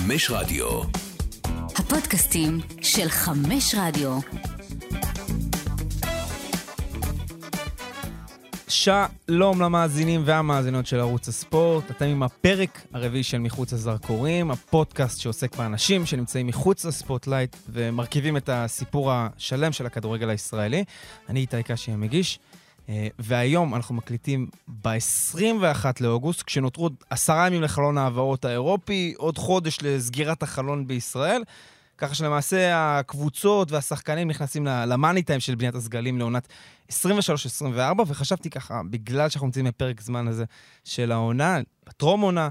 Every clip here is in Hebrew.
חמש רדיו. הפודקאסטים של חמש רדיו. שלום למאזינים והמאזינות של ערוץ הספורט. אתם עם הפרק הרביעי של מחוץ לזרקורים, הפודקאסט שעוסק באנשים שנמצאים מחוץ לספוטלייט ומרכיבים את הסיפור השלם של הכדורגל הישראלי. אני איתי קשי המגיש, והיום אנחנו מקליטים ב-21 לאוגוסט, כשנותרו 10 ימים לחלון העברות האירופי, עוד חודש לסגירת החלון בישראל, ככה שלמעשה הקבוצות והשחקנים נכנסים למאני טיים של בניית הסגלים לעונת 23-24, וחשבתי ככה, בגלל שאנחנו נמצאים בפרק זמן הזה של העונה, בטרום עונה,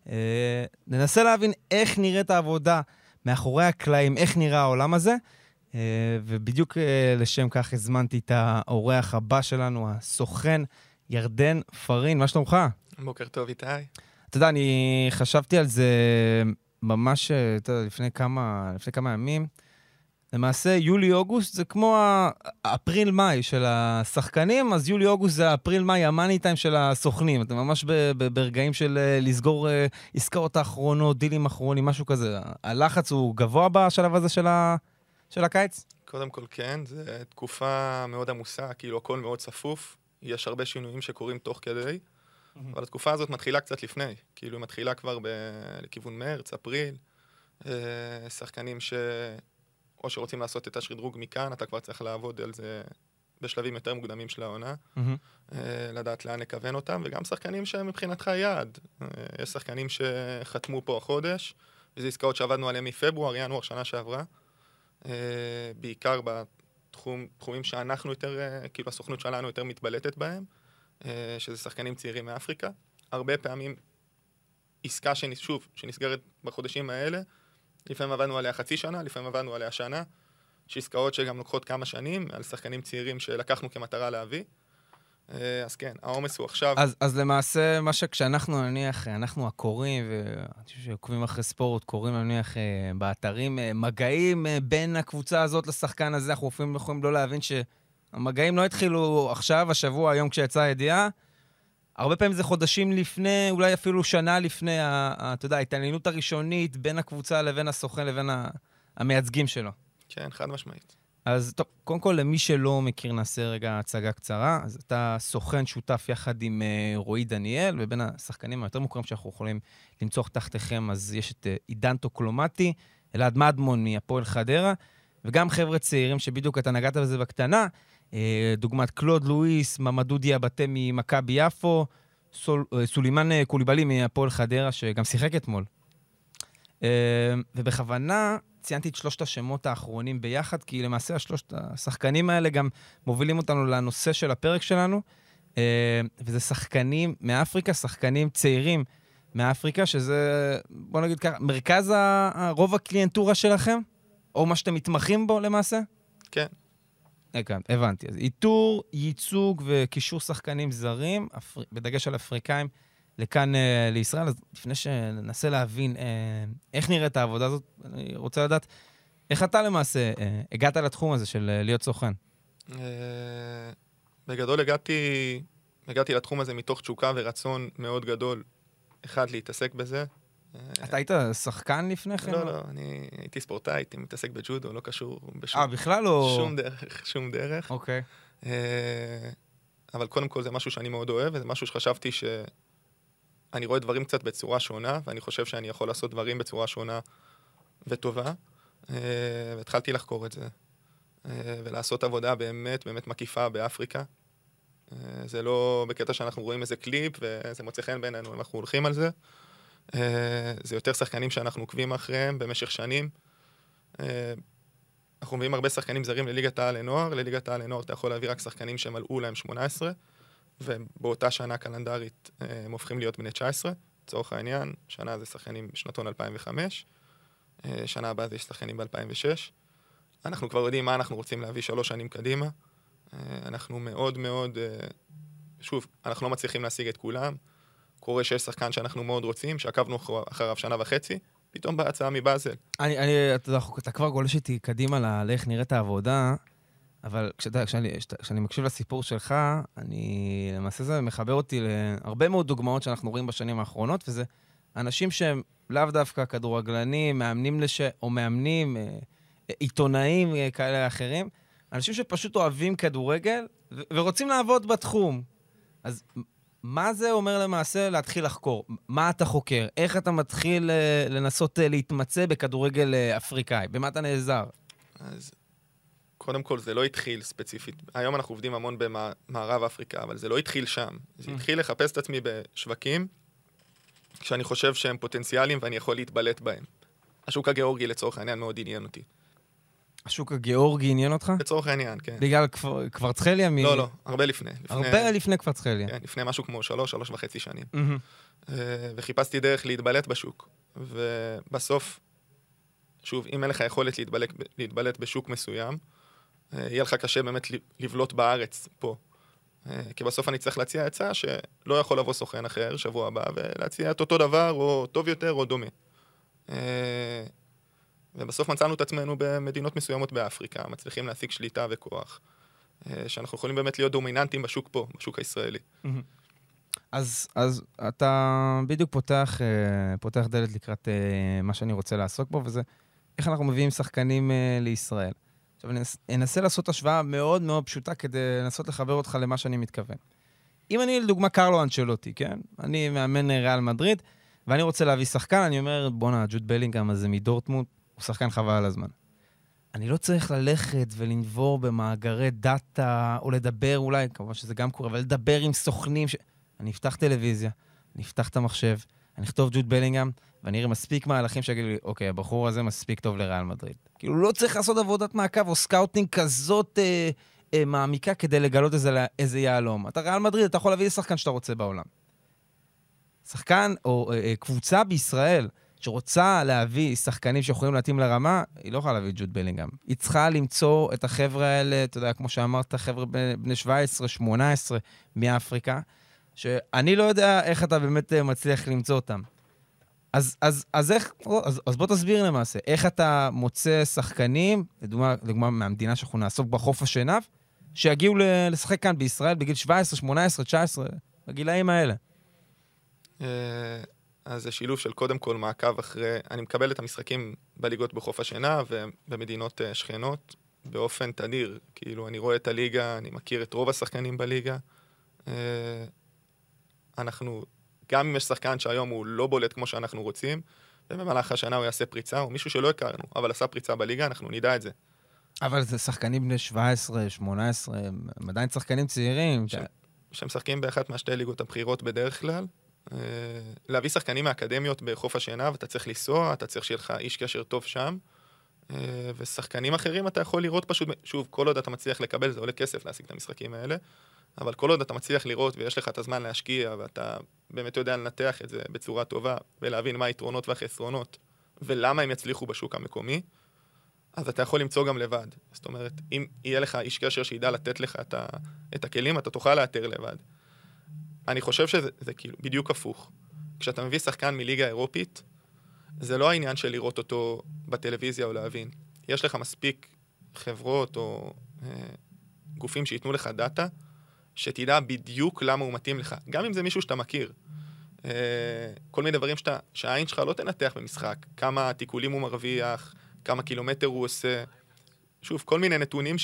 ננסה להבין איך נראית העבודה מאחורי הקלעים, איך נראה העולם הזה, ובדיוק לשם כך הזמנתי את האורח הבא שלנו, הסוכן ירדן פרין. מה שלומך? בוקר טוב איתי. אתה יודע, אני חשבתי על זה ממש לפני כמה ימים. למעשה, יולי-אוגוסט זה כמו האפריל-מאי של השחקנים, אז יולי-אוגוסט זה האפריל-מאי, המאני טיים של הסוכנים. אתם ממש ברגעים של לסגור עסקאות האחרונות, דילים אחרונים, משהו כזה. הלחץ הוא גבוה בשלב הזה של הקיץ? קודם כל כן, זו תקופה מאוד עמוסה, כאילו הכל מאוד צפוף, יש הרבה שינויים שקורים תוך כדי, אבל התקופה הזאת מתחילה קצת לפני, כאילו היא מתחילה כבר לכיוון מרץ, אפריל, שחקנים או שרוצים לעשות את השדרוג מכאן, אתה כבר צריך לעבוד על זה בשלבים יותר מוקדמים של העונה, לדעת לאן לכוון אותם, וגם שחקנים שמבחינתך יעד, יש שחקנים שחתמו פה החודש, וזה עסקאות שעבדנו עליהם מפברואר, ינואר שנה שעברה, בעיקר בתחומים שאנחנו יותר, כאילו הסוכנות שלנו יותר מתבלטת בהם, שזה שחקנים צעירים מאפריקה. הרבה פעמים עסקה שנסגרת בחודשים האלה, לפעמים עבדנו עליה חצי שנה, לפעמים עבדנו עליה שנה, שעסקאות שגם לוקחות כמה שנים, על שחקנים צעירים שלקחנו כמטרה להביא. אז כן, העומס הוא עכשיו. אז למעשה, מה שכשאנחנו נניח, אנחנו הקוראים, ועוקבים אחרי ספורט, קוראים נניח באתרים, מגעים בין הקבוצה הזאת לשחקן הזה, אנחנו יכולים לא להבין שהמגעים לא התחילו עכשיו, השבוע, היום כשיצאה הידיעה, הרבה פעמים זה חודשים לפני, אולי אפילו שנה לפני, אתה יודע, ההתעניינות הראשונית בין הקבוצה לבין הסוכן, לבין המייצגים שלו. כן, חד משמעית. אז טוב, קודם כל, למי שלא מכיר, נעשה רגע הצגה קצרה. אז אתה סוכן שותף יחד עם רועי דניאל, ובין השחקנים היותר מוכרים שאנחנו יכולים למצוא תחתיכם, אז יש את עידן טוקלומטי, אלעד מדמון מהפועל חדרה, וגם חבר'ה צעירים שבדיוק אתה נגעת בזה בקטנה, דוגמת קלוד לואיס, ממדו דיאבטה ממכבי יפו, סולימן קוליבלי מהפועל חדרה, שגם שיחק אתמול. ובכוונה ציינתי את שלושת השמות האחרונים ביחד, כי למעשה השלושת השחקנים האלה גם מובילים אותנו לנושא של הפרק שלנו, וזה שחקנים מאפריקה, שחקנים צעירים מאפריקה, שזה, בוא נגיד ככה, מרכז רוב הקליינטורה שלכם, או מה שאתם מתמחים בו למעשה? כן. הבנתי. אז איתור, ייצוג וקישור שחקנים זרים, בדגש על אפריקאים, לכאן לישראל. אז לפני שננסה להבין איך נראית העבודה הזאת, אני רוצה לדעת איך אתה למעשה הגעת לתחום הזה של להיות סוכן. בגדול הגעתי לתחום הזה מתוך תשוקה ורצון מאוד גדול, אחד להתעסק בזה. אתה היית שחקן לפני כן? לא, אני הייתי ספורטאי, הייתי מתעסק בג'ודו, לא קשור בשום... בכלל לא... שום דרך. אוקיי. אבל קודם כל זה משהו שאני מאוד אוהב, וזה משהו שחשבתי אני רואה דברים קצת בצורה שונה, ואני חושב שאני יכול לעשות דברים בצורה שונה וטובה, והתחלתי לחקור את זה, ולעשות עבודה באמת מקיפה באפריקה. זה לא בקטע שאנחנו רואים איזה קליפ, וזה מוצא חן בינינו, אנחנו הולכים על זה. זה יותר שחקנים שאנחנו עוקבים אחריהם במשך שנים. אנחנו מביאים הרבה שחקנים זרים לליגת העל לנוער, לליגת העל לנוער אתה יכול להביא רק שחקנים שמלאו להם 18, ובאותה שנה קלנדרית הם הופכים להיות בני 19, לצורך העניין, שנה זה שחקנים בשנתון 2005, שנה הבאה זה שחקנים ב-2006. אנחנו כבר יודעים מה אנחנו רוצים להביא 3 שנים קדימה. אנחנו מאוד, שוב, אנחנו לא מצליחים להשיג את כולם. קורה שיש שחקן שאנחנו מאוד רוצים, שעקבנו אחריו 1.5 שנה, פתאום באה הצעה מבאזל. אתה כבר גולש איתי קדימה לאיך נראית העבודה, אבל כשאני מקשיב לסיפור שלך, למעשה זה מחבר אותי להרבה מאוד דוגמאות שאנחנו רואים בשנים האחרונות, וזה אנשים שהם לאו דווקא כדורגלנים, מאמנים או מאמנים, עיתונאים כאלה אחרים, אנשים שפשוט אוהבים כדורגל ורוצים לעבוד בתחום. אז מה זה אומר למעשה להתחיל לחקור? מה אתה חוקר? איך אתה מתחיל לנסות להתמצא בכדורגל אפריקאי? במה אתה נעזר? אז קודם כל זה לא התחיל ספציפית. היום אנחנו עובדים המון במערב אפריקה, אבל זה לא התחיל שם. זה התחיל לחפש את עצמי בשווקים, כשאני חושב שהם פוטנציאליים ואני יכול להתבלט בהם. השוק הגיאורגי לצורך העניין מאוד עניין אותי. השוק הגיאורגי עניין אותך? לצורך העניין, כן. בגלל קוורצחליה? לא, הרבה לפני. הרבה לפני קוורצחליה. כן, לפני משהו כמו 3.5 שנים. וחיפשתי דרך להתבלט בשוק. ובסוף, שוב, אם אין לך יכולת להתבלט בשוק מסוים, יהיה לך קשה באמת לבלוט בארץ פה. כי בסוף אני צריך להציע הצעה שלא יכול לבוא סוכן אחר שבוע הבא, ולהציע את אותו דבר, או טוב יותר, או דומה. ובסוף מצאנו את עצמנו במדינות מסוימות באפריקה, מצליחים להשיג שליטה וכוח, שאנחנו יכולים באמת להיות דומיננטים בשוק פה, בשוק הישראלי. אז אתה בדיוק פותח דלת לקראת מה שאני רוצה לעסוק בו, וזה איך אנחנו מביאים שחקנים לישראל. עכשיו, אני אנסה לעשות השוואה מאוד מאוד פשוטה כדי לנסות לחבר אותך למה שאני מתכוון. אם אני, לדוגמה, קרלו אנצ'לוטי, כן? אני מאמן ריאל מדריד, ואני רוצה להביא שחקן, אני אומר, בונה, ג'וד בלינגהאם הזה מדורטמונד, הוא שחקן חבל על הזמן. אני לא צריך ללכת ולנבור במאגרי דאטה, או לדבר אולי, כמובן שזה גם קורה, אבל לדבר עם סוכנים אני אפתח טלוויזיה, אני אפתח את המחשב, אני אכתוב ג'וד בלינגהאם, ואני אראה מספיק מהלכים שיגידו לי, אוקיי, הבחור הזה מספיק טוב לריאל מדריד. כאילו, לא צריך לעשות עבודת מעקב או סקאוטינג כזאת מעמיקה כדי לגלות איזה יעלום. אתה ריאל מדריד, אתה יכול להביא לשחקן שאתה רוצה בעולם. שחקן או קבוצה בישראל שרוצה להביא שחקנים שיכולים להתאים לרמה, היא לא יכולה להביא ג'וד בלינגהאם. היא צריכה למצוא את החבר'ה האלה, אתה יודע, כמו שאמרת, חבר'ה בני 17, 18 מאפריקה, שאני לא יודע איך אתה באמת מצליח למצוא אותם. אז בוא תסביר למעשה, איך אתה מוצא שחקנים, לדוגמה מהמדינה שאנחנו נעסוק בחוף השנהב, שיגיעו לשחק כאן בישראל בגיל 17, 18, 19, בגילאים האלה. אז זה שילוב של קודם כל מעקב אחרי, אני מקבל את המשחקים בליגות בחוף השנהב ובמדינות שכנות באופן תדיר, כאילו אני רואה את הליגה, אני מכיר את רוב השחקנים בליגה, אנחנו, גם אם יש שחקן שהיום הוא לא בולט כמו שאנחנו רוצים, ובמהלך השנה הוא יעשה פריצה, או מישהו שלא הכרנו, אבל עשה פריצה בליגה, אנחנו נדע את זה. אבל זה שחקנים בני 17, 18, הם עדיין שחקנים צעירים. שמשחקים באחת מהשתי ליגות הבחירות בדרך כלל. להביא שחקנים מהאקדמיות בחוף השנהב, אתה צריך לנסוע, אתה צריך שיהיה לך איש קשר טוב שם, ושחקנים אחרים אתה יכול לראות פשוט, שוב, כל עוד אתה מצליח לקבל, זה עולה כסף להשיג את המשחקים האלה, אבל כל עוד אתה מצליח לראות ויש לך את הזמן להשקיע, ואתה באמת יודע לנתח את זה בצורה טובה, ולהבין מה היתרונות והחסרונות, ולמה הם יצליחו בשוק המקומי, אז אתה יכול למצוא גם לבד. זאת אומרת, אם יהיה לך איש קשר שידע לתת לך את הכלים, אתה תוכל לאתר לבד. אני חושב שזה כאילו בדיוק הפוך. כשאתה מביא שחקן מליגה אירופית, זה לא העניין של לראות אותו בטלוויזיה או להבין. יש לך מספיק חברות או גופים שיתנו לך דאטה, שתדע בדיוק למה הוא מתאים לך. גם אם זה מישהו שאתה מכיר. כל מיני דברים שהעין שלך לא תנתח במשחק. כמה תיקולים הוא מרוויח, כמה קילומטר הוא עושה. שוב, כל מיני נתונים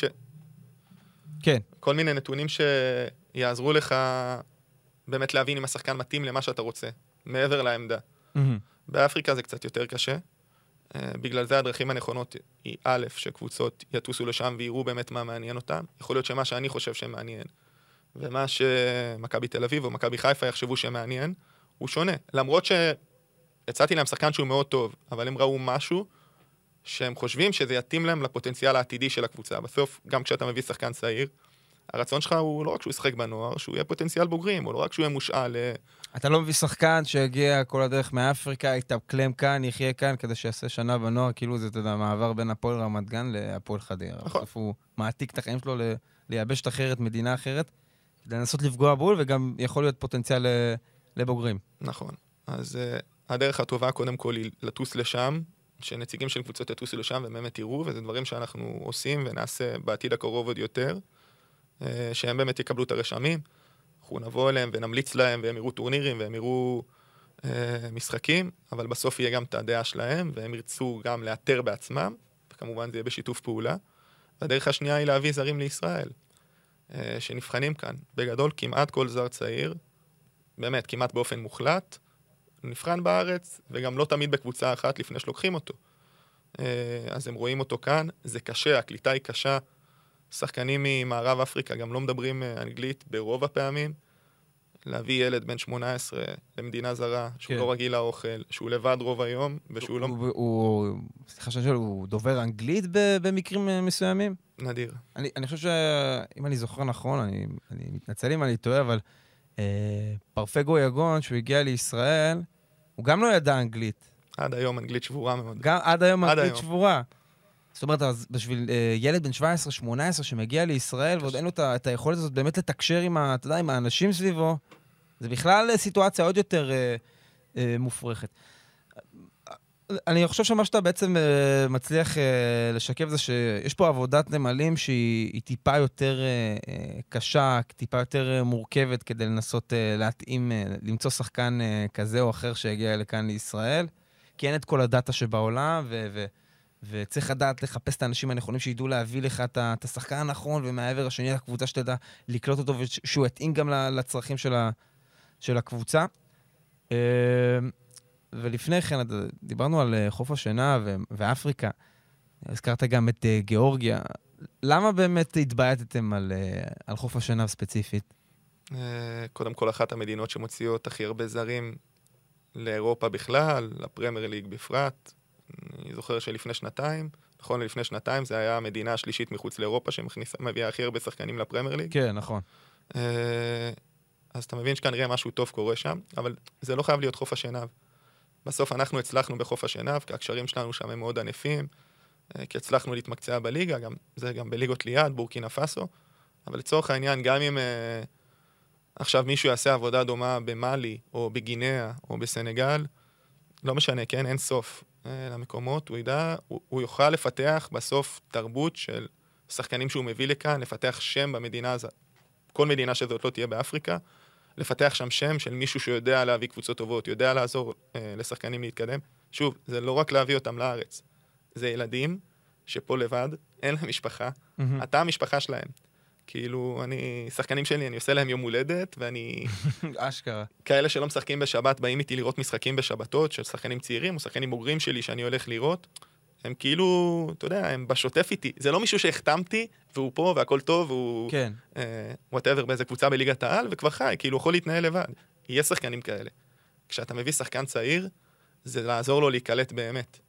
כן. כל מיני נתונים שיעזרו לך באמת להבין אם השחקן מתאים למה שאתה רוצה, מעבר לעמדה. באפריקה זה קצת יותר קשה. בגלל זה הדרכים הנכונות היא א', שקבוצות יטוסו לשם ויראו באמת מה מעניין אותם. יכול להיות שמה שאני חושב שמעניין, ומה שמכבי תל אביב או מכבי חיפה יחשבו שמעניין, הוא שונה. למרות שהצעתי להם שחקן שהוא מאוד טוב, אבל הם ראו משהו שהם חושבים שזה יתאים להם לפוטנציאל העתידי של הקבוצה. בסוף, גם כשאתה מביא שחקן צעיר, הרצון שלך הוא לא רק שהוא ישחק בנוער, שהוא יהיה פוטנציאל בוגרים, או לא רק שהוא יהיה מושאל. אתה לא מביא שחקן שיגיע כל הדרך מאפריקה, יתאקלם כאן, יחיה כאן, כדי שיעשה שנה בנוער, כאילו זה, אתה יודע, מעבר בין הפועל רמת גן להפועל חדרה. נכון. בסוף הוא מעתיק את החיים שלו לייבשת אחרת, מדינה אחרת, כדי לנסות לפגוע בול, וגם יכול להיות פוטנציאל לבוגרים. נכון. אז הדרך הטובה קודם כל היא לטוס לשם, שנציגים של קבוצות יטוסו לשם ובאמת יראו, וזה דברים שאנחנו עושים ונעשה בעתיד הקרוב עוד יותר, שהם באמת יקבלו את הרשמים, אנחנו נבוא אליהם ונמליץ להם, והם יראו טורנירים, והם יראו משחקים, אבל בסוף יהיה גם את הדעה שלהם, והם ירצו גם לאתר בעצמם, וכמובן זה יהיה בשיתוף פעולה. והדרך השנייה היא להביא זרים לישראל, שנבחנים כאן. בגדול, כמעט כל זר צעיר, באמת, כמעט באופן מוחלט, נבחן בארץ, וגם לא תמיד בקבוצה אחת לפני שלוקחים אותו. אז הם רואים אותו כאן, זה קשה, הקליטה היא קשה. שחקנים ממערב אפריקה גם לא מדברים אנגלית ברוב הפעמים. להביא ילד בן 18 למדינה זרה, שהוא לא רגיל לאוכל, שהוא לבד רוב היום, ושהוא לא... סליחה שאני שואל, הוא דובר אנגלית במקרים מסוימים? נדיר. אני חושב שאם אני זוכר נכון, אני מתנצל אם אני טועה, אבל פרפגו יגון, שהוא הגיע לישראל, הוא גם לא ידע אנגלית. עד היום אנגלית שבורה מאוד. גם עד היום אנגלית שבורה. זאת אומרת, אז בשביל ילד בן 17-18 שמגיע לישראל, ועוד אין לו את היכולת הזאת באמת לתקשר עם האנשים סביבו, זה בכלל סיטואציה עוד יותר מופרכת. אני חושב שמה שאתה בעצם מצליח לשקף זה שיש פה עבודת נמלים שהיא טיפה יותר קשה, טיפה יותר מורכבת כדי לנסות להתאים, למצוא שחקן כזה או אחר שהגיע לכאן לישראל, כי אין את כל הדאטה שבעולם, וצריך לדעת לחפש את האנשים הנכונים שידעו להביא לך את השחקן הנכון, ומהעבר השני הקבוצה שתדע לקלוט אותו, ושהוא יתאים גם לצרכים של הקבוצה. ולפני כן, דיברנו על חוף השינה ואפריקה, הזכרת גם את גיאורגיה. למה באמת התבייתתם על חוף השינה ספציפית? קודם כל, אחת המדינות שמוציאות הכי הרבה זרים לאירופה בכלל, לפרמייר ליג בפרט. אני זוכר שלפני שנתיים, נכון, לפני שנתיים, זה היה המדינה השלישית מחוץ לאירופה שמביאה הכי הרבה שחקנים לפרמייר ליג. כן, נכון. אז אתה מבין שכנראה משהו טוב קורה שם, אבל זה לא חייב להיות חוף השנהב. בסוף אנחנו הצלחנו בחוף השנהב, כי הקשרים שלנו שם הם מאוד ענפים, כי הצלחנו להתמקצע בליגה, זה גם בליגות ליד, בורקינה פאסו, אבל לצורך העניין, גם אם עכשיו מישהו יעשה עבודה דומה במאלי, או בגינאה, או בסנגל, לא משנה, כן, אין סוף למקומות, הוא יוכל לפתח בסוף תרבות של שחקנים שהוא מביא לכאן, לפתח שם במדינה הזאת, כל מדינה שזאת לא תהיה באפריקה, לפתח שם שם של מישהו שיודע להביא קבוצות טובות, יודע לעזור לשחקנים להתקדם. שוב, זה לא רק להביא אותם לארץ, זה ילדים שפה לבד, אין להם משפחה, אתה המשפחה שלהם. כאילו, שחקנים שלי, אני עושה להם יום הולדת, ואני... אשכרה. כאלה שלא משחקים בשבת, באים איתי לראות משחקים בשבתות, של שחקנים צעירים, או שחקנים בוגרים שלי שאני הולך לראות, הם כאילו, אתה יודע, הם בשוטף איתי. זה לא מישהו שהחתמתי, והוא פה, והכל טוב, והוא... כן. whatever, באיזה קבוצה בליגת העל, וכבר חי, כאילו, הוא יכול להתנהל לבד. יהיה שחקנים כאלה. כשאתה מביא שחקן צעיר, זה לעזור לו להיקלט באמת.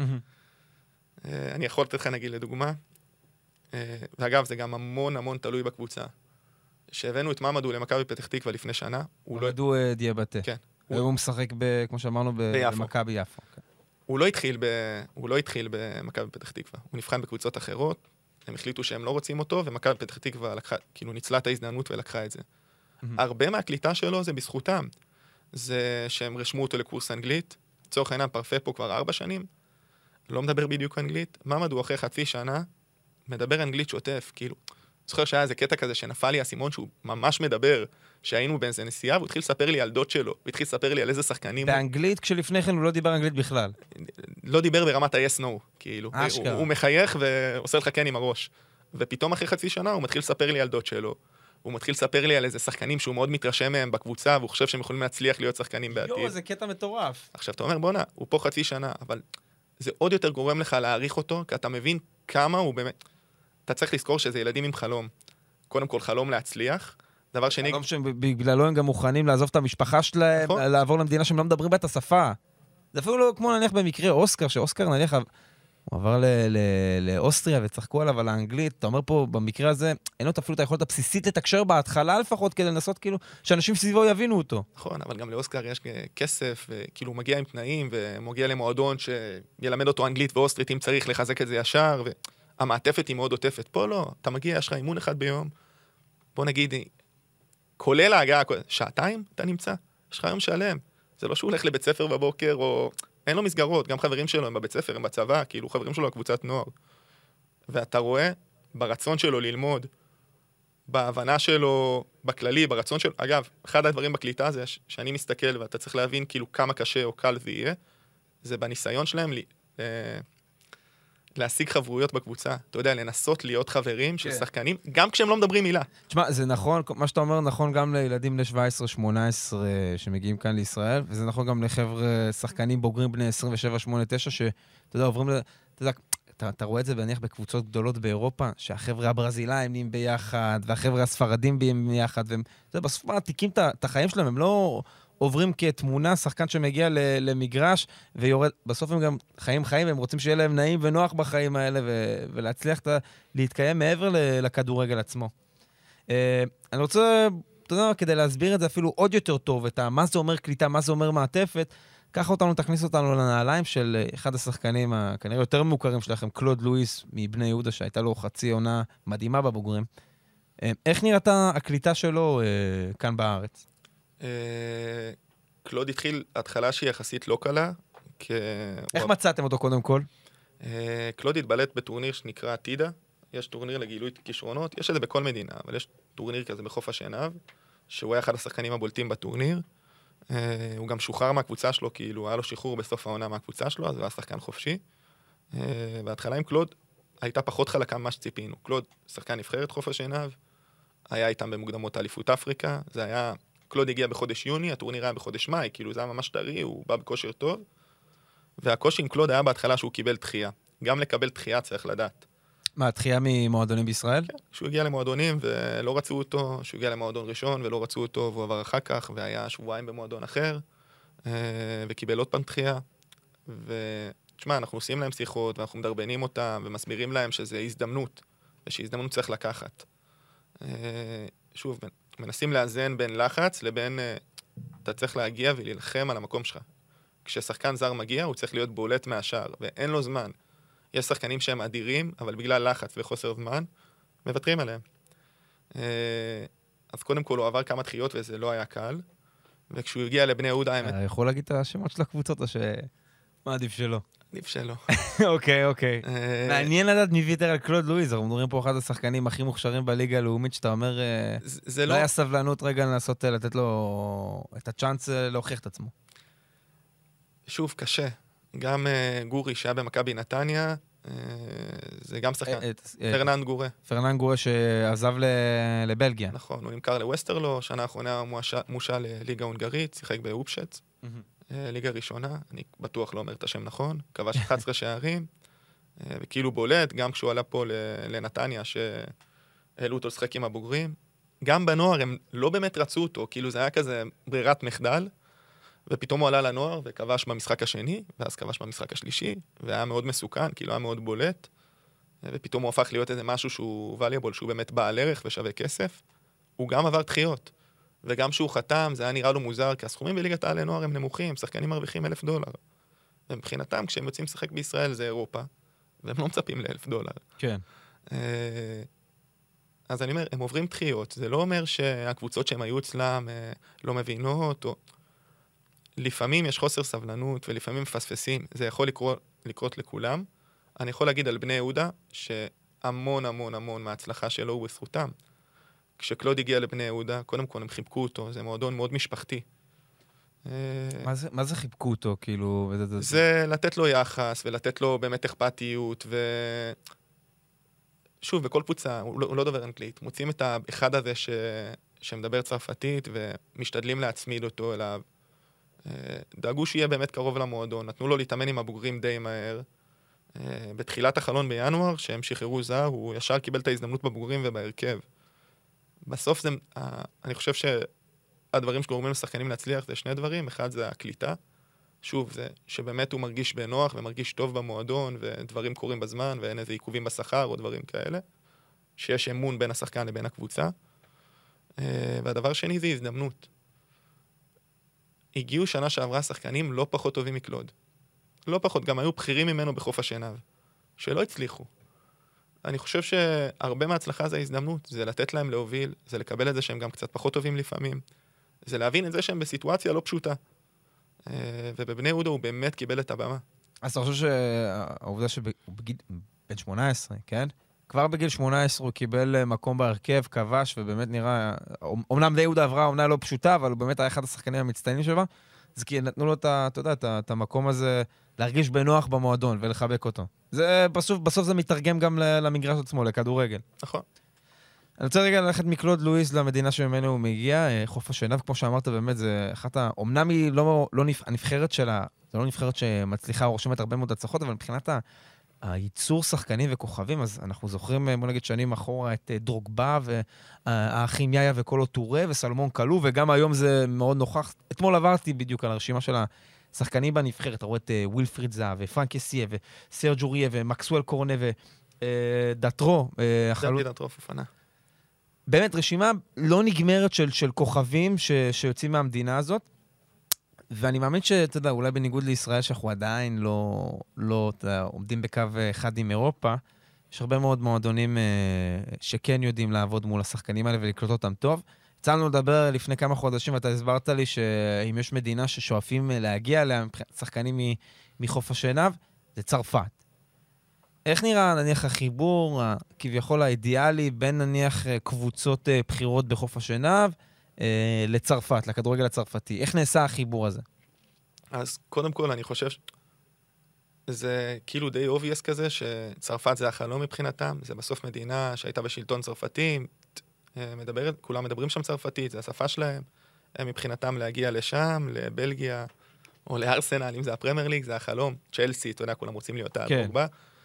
אני יכול לתת לך, נגיד, לדוגמה, ואגב, זה גם המון המון תלוי בקבוצה. שהבאנו את ממדו למכבי פתח תקווה לפני שנה, ממדו דיאבטה. כן. הוא משחק, כמו שאמרנו, במכבי יפו. הוא לא התחיל במכבי פתח תקווה. הוא נבחן בקבוצות אחרות, הם החליטו שהם לא רוצים אותו, ומכבי פתח תקווה כאילו ניצלה את ההזדמנות ולקחה את זה. הרבה מהקליטה שלו זה בזכותם. זה שהם רשמו אותו לקורס אנגלית, צורך העניין פרפה פה כבר 4 שנים, לא מדבר בדיוק אנגלית, ממדו אחרי חצי שנה, מדבר אנגלית שוטף, כאילו, זוכר שהיה איזה קטע כזה שנפל לי הסימון שהוא ממש מדבר, שהיינו באיזה נסיעה, והוא התחיל לספר לי על דוד שלו, והתחיל לספר לי על איזה שחקנים... באנגלית, כשלפני כן הוא לא דיבר אנגלית בכלל. לא דיבר ברמת ה-yes-no, כאילו. הוא מחייך ועושה לך כן עם הראש. ופתאום אחרי חצי שנה הוא מתחיל לספר לי על דוד שלו, הוא מתחיל לספר לי על איזה שחקנים שהוא מאוד מתרשם מהם בקבוצה, והוא חושב שהם יכולים להצליח להיות שחקנים בעתיד. יו, זה קטע מטורף. עכשיו, אתה אומר, בונה, הוא פה חצי שנה, אבל זה עוד יותר גורם לך להעריך אותו, כי אתה מבין כמה הוא באמת... אתה צריך לזכור שזה ילדים עם חלום. קודם כל, חלום להצליח. דבר שני... חלום שבגללו הם גם מוכנים לעזוב את המשפחה שלהם, נכון? לעבור למדינה שהם לא מדברים בה את השפה. זה אפילו לא כמו נניח במקרה אוסקר, שאוסקר נניח, הוא עבר לאוסטריה וצחקו עליו על האנגלית. אתה אומר פה, במקרה הזה, אין לו אפילו את היכולת הבסיסית לתקשר בהתחלה לפחות, כדי לנסות כאילו, שאנשים סביבו יבינו אותו. נכון, אבל גם לאוסקר יש כסף, וכאילו הוא מגיע עם תנאים, ומגיע למועדון שילמד אותו אנגלית ואוסטרית, אם צריך לחזק את זה ישר, המעטפת היא מאוד עוטפת. פה לא, אתה מגיע, יש לך אימון אחד ביום, בוא נגיד, כולל ההגעה, 2 שעתיים אתה נמצא, יש לך יום שלם. זה לא שהוא הולך לבית ספר בבוקר, או אין לו מסגרות, גם חברים שלו הם בבית ספר, הם בצבא, כאילו חברים שלו הקבוצת נוער. ואתה רואה ברצון שלו ללמוד, בהבנה שלו, בכללי, ברצון שלו. אגב, אחד הדברים בקליטה זה שאני מסתכל, ואתה צריך להבין כאילו כמה קשה או קל זה יהיה, זה בניסיון שלהם להשיג חברויות בקבוצה. אתה יודע, לנסות להיות חברים של שחקנים, גם כשהם לא מדברים מילה. תשמע, זה נכון, מה שאתה אומר נכון גם לילדים בני 17-18 שמגיעים כאן לישראל, וזה נכון גם לחבר'ה שחקנים בוגרים בני 27-8-9, שאתה יודע, עוברים אתה רואה את זה בניח בקבוצות גדולות באירופה, שהחבר'ה הברזילאים נהיים ביחד, והחבר'ה הספרדים נהיים ביחד, והם, אתה יודע, בסוף מעתיקים את החיים שלהם, הם לא עוברים כתמונה, שחקן שמגיע למגרש, ויורד, בסוף הם גם חיים, והם רוצים שיהיה להם נעים ונוח בחיים האלה, ולהצליח להתקיים מעבר לכדורגל עצמו. אני רוצה, אתה יודע, כדי להסביר את זה אפילו עוד יותר טוב, מה זה אומר קליטה, מה זה אומר מעטפת, תכניס אותנו לנעליים של אחד השחקנים כנראה יותר מוכרים שלכם, קלוד לואיס מבני יהודה, שהייתה לו חצי עונה מדהימה בבוגרים. איך נראתה הקליטה שלו כאן בארץ? קלוד התחיל התחלה שהיא יחסית לא קלה. איך מצאתם אותו קודם כל? קלוד התבלט בטורניר שנקרא טידה. יש טורניר לגילוי כישרונות, יש את זה בכל מדינה, אבל יש טורניר כזה בחוף השנהב, שהוא היה אחד השחקנים הבולטים בטורניר. הוא גם שוחרר מהקבוצה שלו, כאילו היה לו שחרור בסוף העונה מהקבוצה שלו, אז הוא היה שחקן חופשי. בהתחלה עם קלוד הייתה פחות חלקה ממה שציפינו. קלוד, שחקן נבחרת חוף השנהב, היה איתם במוקדמות האליפות אפריקה, זה היה, קלוד הגיע בחודש יוני, הטורניר היה בחודש מאי, כאילו זה היה ממש טרי, הוא בא בכושר טוב, והקושי עם קלוד היה בהתחלה שהוא קיבל דחייה. גם לקבל דחייה צריך לדעת. מה, דחייה ממועדונים בישראל? כן, שהוא הגיע למועדונים ולא רצו אותו, שהוא הגיע למועדון ראשון ולא רצו אותו, והוא עבר אחר כך, והיה שבועיים במועדון אחר, וקיבל עוד פעם דחייה. ותשמע, אנחנו עושים להם שיחות, ואנחנו מדרבנים אותם, ומסבירים להם שזה הזדמנות, ושהזדמנות צריך לקחת. שוב, מנסים לאזן בין לחץ לבין, אתה צריך להגיע ולהילחם על המקום שלך. כששחקן זר מגיע, הוא צריך להיות בולט מהשאר, ואין לו זמן. יש שחקנים שהם אדירים, אבל בגלל לחץ וחוסר זמן, מוותרים עליהם. אז קודם כל הוא עבר כמה דחיות וזה לא היה קל, וכשהוא הגיע לבני יהודה האמת... יכול להגיד את השמות של הקבוצות או מה עדיף שלו? עדיף שלו. אוקיי. מעניין לדעת מי ויתר על קלוד לואיז, אנחנו מדברים פה אחד השחקנים הכי מוכשרים בליגה הלאומית, שאתה אומר, לא היה סבלנות רגע לנסות לתת לו את הצ'אנס להוכיח את עצמו. שוב, קשה. גם גורי שהיה במכבי נתניה, זה גם שחקן. פרננד גורה. פרננד גורה שעזב לבלגיה. נכון, הוא נמכר לווסטרלו, שנה האחרונה מושל לליגה הונגרית, שיחק באופשץ, ליגה ראשונה, אני בטוח לא אומר את השם נכון, כבש 11 שערים, וכאילו בולט, גם כשהוא עלה פה לנתניה, שהעלו אותו לשחק עם הבוגרים, גם בנוער הם לא באמת רצו אותו, כאילו זה היה כזה ברירת מחדל, ופתאום הוא עלה לנוער וכבש במשחק השני, ואז כבש במשחק השלישי, והיה מאוד מסוכן, כאילו היה מאוד בולט, ופתאום הוא הפך להיות איזה משהו שהוא valuable, שהוא באמת בעל ערך ושווה כסף. הוא גם עבר דחיות, וגם שהוא חתם, זה היה נראה לו מוזר, כי הסכומים בליגת העל לנוער הם נמוכים, שחקנים מרוויחים $1,000. ומבחינתם, כשהם יוצאים לשחק בישראל זה אירופה, והם לא מצפים $1,000. כן. אז אני אומר, הם עוברים דחיות, זה לא אומר שהקבוצות שהם היו אצלם לא מבינות, או... לפעמים יש חוסר סבלנות, ולפעמים מפספסים, זה יכול לקרות לכולם. אני יכול להגיד על בני יהודה, שהמון המון המון מההצלחה שלו הוא בזכותם. כשקלוד הגיע לבני יהודה, קודם כל הם חיבקו אותו, זה מועדון מאוד משפחתי. מה זה חיבקו אותו, כאילו? זה לתת לו יחס, ולתת לו באמת אכפתיות, שוב, בכל קבוצה, הוא לא דובר אנגלית, מוצאים את האחד הזה שמדבר צרפתית, ומשתדלים להצמיד אותו אליו. דאגו שיהיה באמת קרוב למועדון, נתנו לו להתאמן עם הבוגרים די מהר. בתחילת החלון בינואר, שהם שחררו זר, הוא ישר קיבל את ההזדמנות בבוגרים ובהרכב. בסוף זה, אני חושב שהדברים שגורמים לשחקנים להצליח זה שני דברים, אחד זה הקליטה, שוב, זה שבאמת הוא מרגיש בנוח ומרגיש טוב במועדון, ודברים קורים בזמן, ואין איזה עיכובים בשכר או דברים כאלה, שיש אמון בין השחקן לבין הקבוצה. והדבר שני זה הזדמנות. הגיעו שנה שעברה שחקנים לא פחות טובים מקלוד. לא פחות, גם היו בכירים ממנו בחוף השנהב, שלא הצליחו. אני חושב שהרבה מההצלחה זה ההזדמנות, זה לתת להם להוביל, זה לקבל את זה שהם גם קצת פחות טובים לפעמים, זה להבין את זה שהם בסיטואציה לא פשוטה. ובבני יהודה הוא באמת קיבל את הבמה. אז אתה חושב שהעובדה שהוא בן 18, כן? כבר בגיל 18 הוא קיבל מקום בהרכב, כבש, ובאמת נראה, אומנם די יהודה עברה, אומנה לא פשוטה, אבל הוא באמת היה אחד השחקנים המצטיינים שלה, אז כי נתנו לו את המקום הזה להרגיש בנוח במועדון ולחבק אותו. זה בסוף זה מתרגם גם למגרש עצמו, לכדורגל. נכון. אני רוצה רגע ללכת מקלוד לואיס למדינה שממנו הוא מגיע, חוף השנהב, כמו שאמרת, באמת, זה אחת אומנם היא לא הנבחרת שלה, זה לא נבחרת שמצליחה או רושמת הרבה מאוד הצלחות, אבל מבחינת הייצור שחקנים וכוכבים, אז אנחנו זוכרים, בוא נגיד, שנים אחורה את דרוגבה, והאחים יאיה וקולו טורה, וסלמון קלו, וגם היום זה מאוד נוכח. אתמול עברתי בדיוק על הרשימה של השחקנים בנבחרת, אתה רואה את ווילפריד זהב, ופרנק יסיה, וסרג'ו ריה, ומקסואל קורונה, ודטרו. דטרו פופנה. באמת, רשימה לא נגמרת של כוכבים שיוצאים מהמדינה הזאת, ואני מאמין שאתה יודע, אולי בניגוד לישראל, שאנחנו עדיין לא עומדים בקו אחד עם אירופה, יש הרבה מאוד מועדונים שכן יודעים לעבוד מול השחקנים האלה ולקלוט אותם טוב. יצאנו לדבר לפני כמה חודשים, ואתה הסברת לי שאם יש מדינה ששואפים להגיע אליה, שחקנים מחוף השנהב, זה צרפת. איך נראה, נניח, החיבור, כביכול האידיאלי, בין נניח קבוצות בחירות בחוף השנהב, לצרפת, לכדורגל הצרפתי? איך נעשה החיבור הזה? אז קודם כל אני חושב זה כאילו די obvious כזה, שצרפת זה החלום מבחינתם, זה בסוף מדינה שהייתה בשלטון צרפתי, כולם מדברים שם צרפתית, זה השפה שלהם, הם מבחינתם להגיע לשם, לבלגיה, או לארסנל, אם זה הפרמייר ליג, זה החלום, צ'לסי, אתה יודע, כולם רוצים להיות הדרוגבה,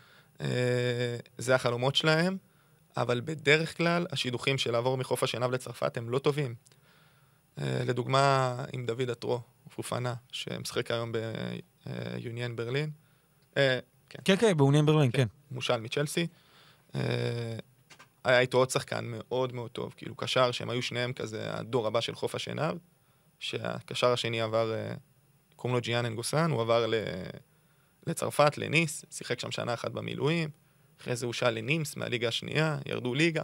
זה החלומות שלהם, אבל בדרך כלל השידוכים של לעבור מחוף השנהב לצרפת הם לא טובים. לדוגמה, עם דוד אטרו, פופנה, שמשחק היום ביוניון ברלין. כן, ביוניון ברלין, כן. מושל מצ'לסי. היה איתו עוד שחקן מאוד מאוד טוב, כאילו קשר שהם היו שניהם כזה, הדור הבא של חוף השנהב, שהקשר השני עבר, קוראים לו ג'יאן אנגוסן, הוא עבר לצרפת, לניס, שיחק שם שנה אחת במילואים, אחרי זה הוא שאל לנימס מהליגה השנייה, ירדו ליגה.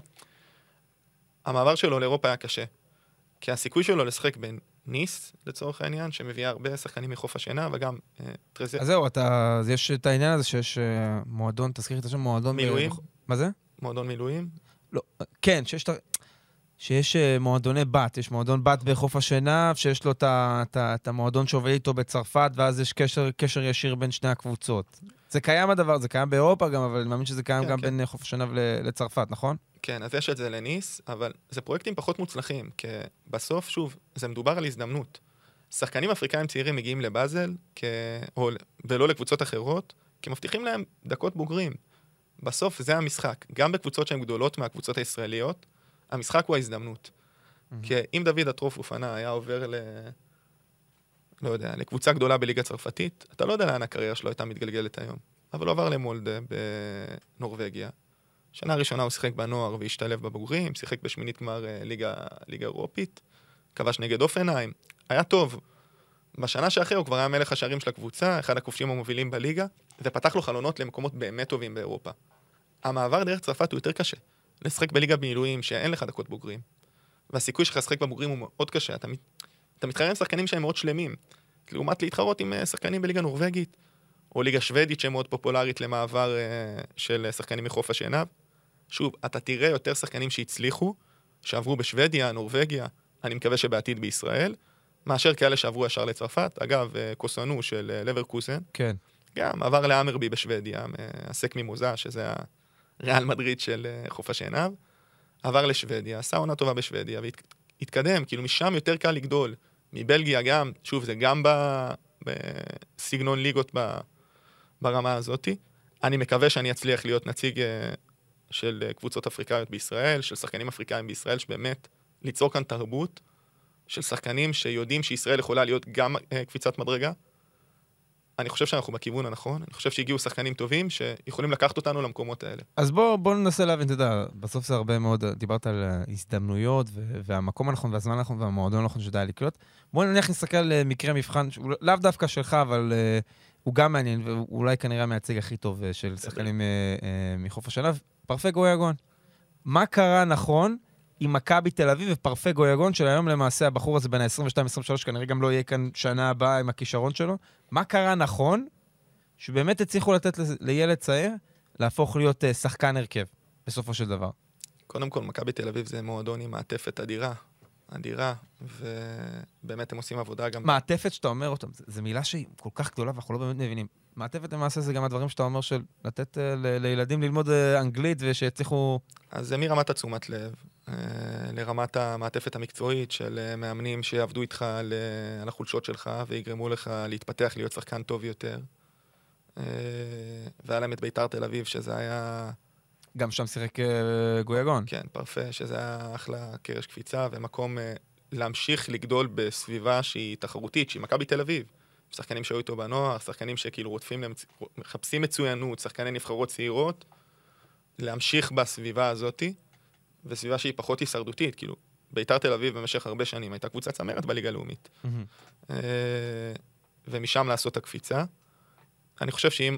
המעבר שלו לאירופה היה קשה, כי הסיכוי שלו לשחק בניס, לצורך העניין, שמביאה הרבה שחקנים מחוף השנהב, וגם אז זהו, יש את העניין הזה שיש מועדון, תזכיר את השם, מועדון... מילואים? מה זה? מועדון מילואים? לא, כן, שיש מועדוני בת, יש מועדון בת בחוף השנהב, שיש לו את המועדון שעובד איתו בצרפת, ואז יש קשר ישיר בין שני הקבוצות. זה קיים הדבר, זה קיים באירופה גם, אבל אני מאמין שזה קיים גם בין חוף השנהב לצרפת, נכון? כן, אז יש את זה לניס, אבל זה פרויקטים פחות מוצלחים, כי בסוף, שוב, זה מדובר על הזדמנות. שחקנים אפריקאים צעירים מגיעים לבאזל, ולא לקבוצות אחרות, כי מבטיחים להם דקות בוגרים. בסוף זה המשחק. גם בקבוצות שהן גדולות מהקבוצות הישראליות, המשחק הוא ההזדמנות. כי אם דוד אטרו פופנה היה עובר לא יודע, לקבוצה גדולה בליגה צרפתית, אתה לא יודע לאן הקריירה שלו הייתה מתגלגלת היום. אבל הוא עבר למולדה בנורווגיה. שנה ראשונה הוא שיחק בנוער והשתלב בבוגרים, שיחק בשמינית גמר ליגה אירופית, כבש נגד אופנהיים, היה טוב. בשנה שאחרי הוא כבר היה מלך השערים של הקבוצה, אחד הכובשים המובילים בליגה, ופתח לו חלונות למקומות באמת טובים באירופה. המעבר דרך צרפת הוא יותר קשה. לשחק בליגה במילואים שאין לך דקות בוגרים, והסיכוי שלך לשחק בבוגרים הוא מאוד קשה. אתה מתחרה עם שחקנים שהם מאוד שלמים, לעומת להתחרות עם שחקנים בליגה נורווגית, או ליגה שוודית שמאוד פופולרית למעבר של שחקנים מחוף השנהב. שוב, אתה תראה יותר שחקנים שהצליחו, שעברו בשוודיה, נורווגיה, אני מקווה שבעתיד בישראל, מאשר כאלה שעברו ישר לצרפת. אגב, קוסונו של לברקוזן, כן. גם עבר לאמרבי בשוודיה, הסק מימוזה, שזה הריאל מדריד של חוף השנהב, עבר לשוודיה, עשה עונה טובה בשוודיה, והתקדם, כאילו משם יותר קל לגדול. מבלגיה גם, שוב, זה גם בסגנון ליגות ברמה הזאת. אני מקווה שאני אצליח להיות נציג של קבוצות אפריקאיות בישראל, של שחקנים אפריקאים בישראל, שבאמת ליצור כאן תרבות של שחקנים שיודעים שישראל יכולה להיות גם קפיצת מדרגה. אני חושב שאנחנו בכיוון הנכון, אני חושב שהגיעו שחקנים טובים שיכולים לקחת אותנו למקומות האלה. אז בוא ננסה להבין, אתה יודע, בסוף זה הרבה מאוד, דיברת על הזדמנויות והמקום הנכון והזמן הנכון והמועדון הנכון שדאי לקלוט. בוא נניח נסתכל על מקרה מבחן, לאו דווקא שלך, אבל הוא גם מעניין, ואולי כנראה המייצג הכי טוב של שחקנים מחוף השנהב, פרפה גויגון. מה קרה נכון עם מכבי תל אביב ופרפה גויגון, של היום למעשה הבחור הזה בין ה-22-23, כנראה גם לא יהיה כאן שנה הבאה עם הכישרון שלו. מה קרה נכון שבאמת הצליחו לתת לילד צעיר להפוך להיות שחקן הרכב? בסופו של דבר? קודם כל, מכבי תל אביב זה מועדון עם מעטפת אדירה, ובאמת הם עושים עבודה גם... מעטפת שאתה אומר אותם, זו מילה שהיא כל כך גדולה, ואנחנו לא באמת מבינים. מעטפת למעשה זה גם הדברים שאתה אומר של לתת לילדים ללמוד אנגלית ושיצליחו... אז זה מרמת התשומת לב, לרמת המעטפת המקצועית של מאמנים שיעבדו איתך על החולשות שלך ויגרמו לך להתפתח, להיות שחקן טוב יותר. והיה להם את ביתר תל אביב, שזה היה... גם שם שיחק גויגון. כן, פרפה, שזה היה אחלה קרש קפיצה, ומקום להמשיך לגדול בסביבה שהיא תחרותית, שהיא מכבי תל אביב. שחקנים שהיו איתו בנוער, שחקנים שכאילו מחפשים מצוינות, שחקני נבחרות צעירות, להמשיך בסביבה הזאת, וסביבה שהיא פחות הישרדותית, כאילו, ביתר תל אביב במשך הרבה שנים הייתה קבוצה צמרת בליגה הלאומית. ומשם לעשות הקפיצה. אני חושב שאם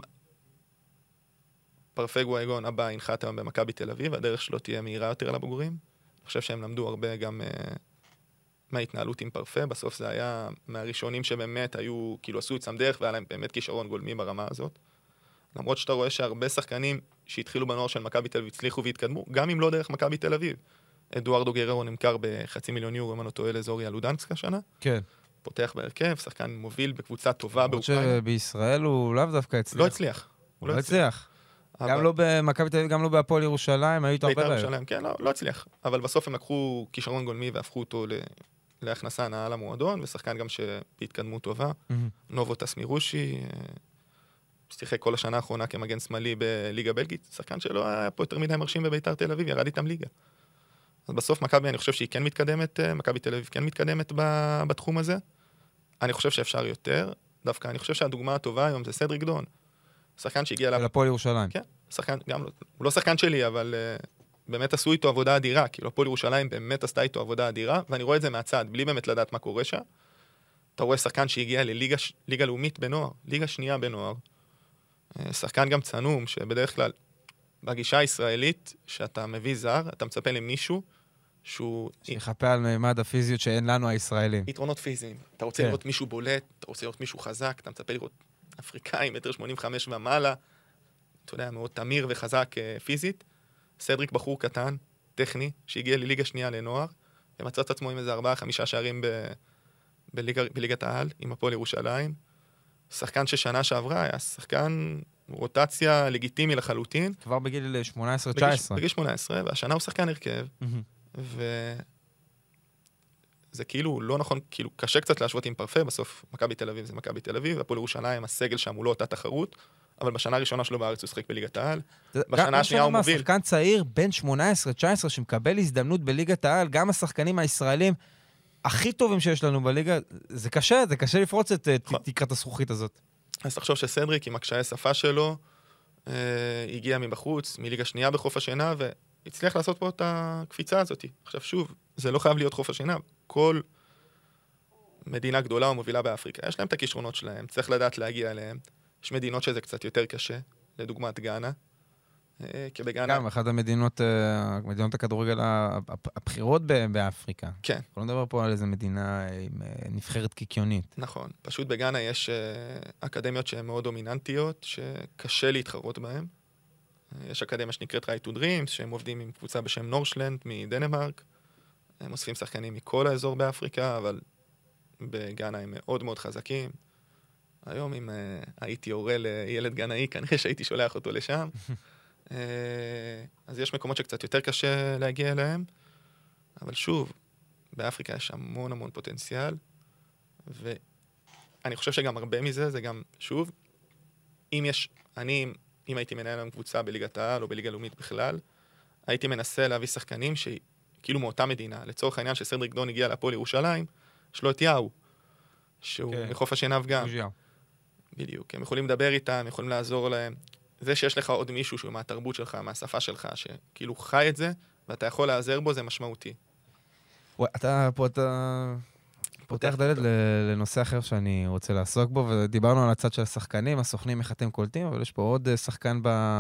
פרפה גויגון הבא ינחת היום במכבי תל אביב, הדרך שלו תהיה מהירה יותר לבוגרים. אני חושב שהם למדו הרבה גם מההתנהלות עם פרפה. בסוף זה היה מהראשונים שבאמת היו, כאילו עשו את דרך, והיה להם באמת כישרון גולמי ברמה הזאת. למרות שאתה רואה שהרבה שחקנים שהתחילו בנוער של מכבי תל אביב הצליחו והתקדמו, גם אם לא דרך מכבי תל אביב. אדוארדו גררו נמכר ב500,000 יורו, אם אני לא טועה, לאזור ילודנסק השנה. כן. פותח בהרכב, שחקן מוביל בקבוצה טובה באוקראינה. למרות שבישראל הוא לאו דווקא הצליח. לא הצליח. הוא לא הצליח. גם לא במכבי תל אביב, גם לא בהפועל ירושלים, היו איתו הרבה בעיות. בית"ר ירושלים, כן, לא הצליח. אבל בסוף הם לקחו כישרון גולמי והפכו אותו להכנסה נאה למועדון, ושחקן גם שבהתקדמות טובה. נובוטס מירושי, שיחק כל השנה האחרונה כמגן שמאלי בליגה בלגית, שחקן שלא היה פה יותר מדי מרשים בבית"ר תל אביב, ירד איתם ליגה. אז בסוף מכבי, אני חושב שהיא כן מתקדמת, מכבי תל אביב כן מתקדמת בתחום הזה. אני חושב שאפשר יותר. דווקא אני חושב שהדוגמה הטובה היום זה סדריק דון. שחקן שהגיע לפועל ירושלים. כן, שחקן, גם, הוא לא שחקן שלי, אבל באמת עשו איתו עבודה אדירה, כאילו הפועל ירושלים באמת עשתה איתו עבודה אדירה, ואני רואה את זה מהצד, בלי באמת לדעת מה קורה שם. אתה רואה שחקן שהגיע לליגה לאומית בנוער, ליגה שנייה בנוער. שחקן גם צנום, שבדרך כלל, בגישה הישראלית, שאתה מביא זר, אתה מצפה למישהו שהוא... שיחפה על מימד הפיזיות שאין לנו הישראלים. יתרונות פיזיים. אתה רוצה לראות מישהו בולט, אתה רוצה לראות מישהו חזק, אתה מצפה לראות אפריקאי, 1.85 ומעלה, אתה יודע, מאוד תמיר וחזק פיזית. סדריק בחור קטן, טכני, שהגיע לליגה שנייה לנוער, ומצא את עצמו עם איזה 4-5 שערים בליגת העל, עם הפועל ירושלים. שחקן ששנה שעברה היה שחקן רוטציה לגיטימי לחלוטין. כבר בגיל 18-19. בגיל 18, והשנה הוא שחקן הרכב. וזה כאילו לא נכון, כאילו קשה קצת להשוות עם פרפה, בסוף מכבי תל אביב זה מכבי תל אביב, הפועל ירושלים, הסגל שם הוא לא אותה תחרות, אבל בשנה הראשונה שלו בארץ הוא שחק בליגת העל. בשנה השנייה הוא מוביל. שחקן צעיר, בין 18-19, שמקבל הזדמנות בליגת העל, גם השחקנים הישראלים הכי טובים שיש לנו בליגה, זה קשה לפרוץ את תקרת הזכוכית הזאת. אז תחשוב שסדריק עם הקשיי השפה שלו, הגיע מבחוץ, מליגה שנייה בחוף השינה, והצליח לעשות פה את הקפיצה הזאת. עכשיו שוב, זה לא חייב להיות חוף השינה. כל מדינה גדולה או מובילה באפריקה, יש להם את הכישרונות שלהם, צריך לדעת להגיע אליהם. יש מדינות שזה קצת יותר קשה, לדוגמת גאנה. גם אחת המדינות הכדורגל הבחירות באפריקה. כן. אנחנו לא נדבר פה על איזה מדינה עם נבחרת קיקיונית. נכון. פשוט בגאנה יש אקדמיות שהן מאוד דומיננטיות, שקשה להתחרות בהן. יש אקדמיה שנקראת Right to Dreams, שהם עובדים עם קבוצה בשם נורשלנד מדנמרק. הם אוספים שחקנים מכל האזור באפריקה, אבל בגאנה הם מאוד מאוד חזקים. היום אם הייתי הורה לילד גנאי, כנראה שהייתי שולח אותו לשם. אז יש מקומות שקצת יותר קשה להגיע אליהם, אבל שוב, באפריקה יש המון המון פוטנציאל, ואני חושב שגם הרבה מזה, זה גם, שוב, אם הייתי מנהל היום קבוצה בליגת העל או בליגה לאומית בכלל, הייתי מנסה להביא שחקנים שכאילו מאותה מדינה, לצורך העניין שסדריק דון הגיע להפועל ירושלים, יש לו את יאו, שהוא מחוף השנהב גם. בדיוק, הם יכולים לדבר איתם, יכולים לעזור להם. זה שיש לך עוד מישהו שהוא מהתרבות שלך, מהשפה שלך, שכאילו חי את זה, ואתה יכול לעזר בו, זה משמעותי. אתה פותח דלת לנושא אחר שאני רוצה לעסוק בו, ודיברנו על הצד של השחקנים, הסוכנים, איך אתם קולטים, אבל יש פה עוד שחקן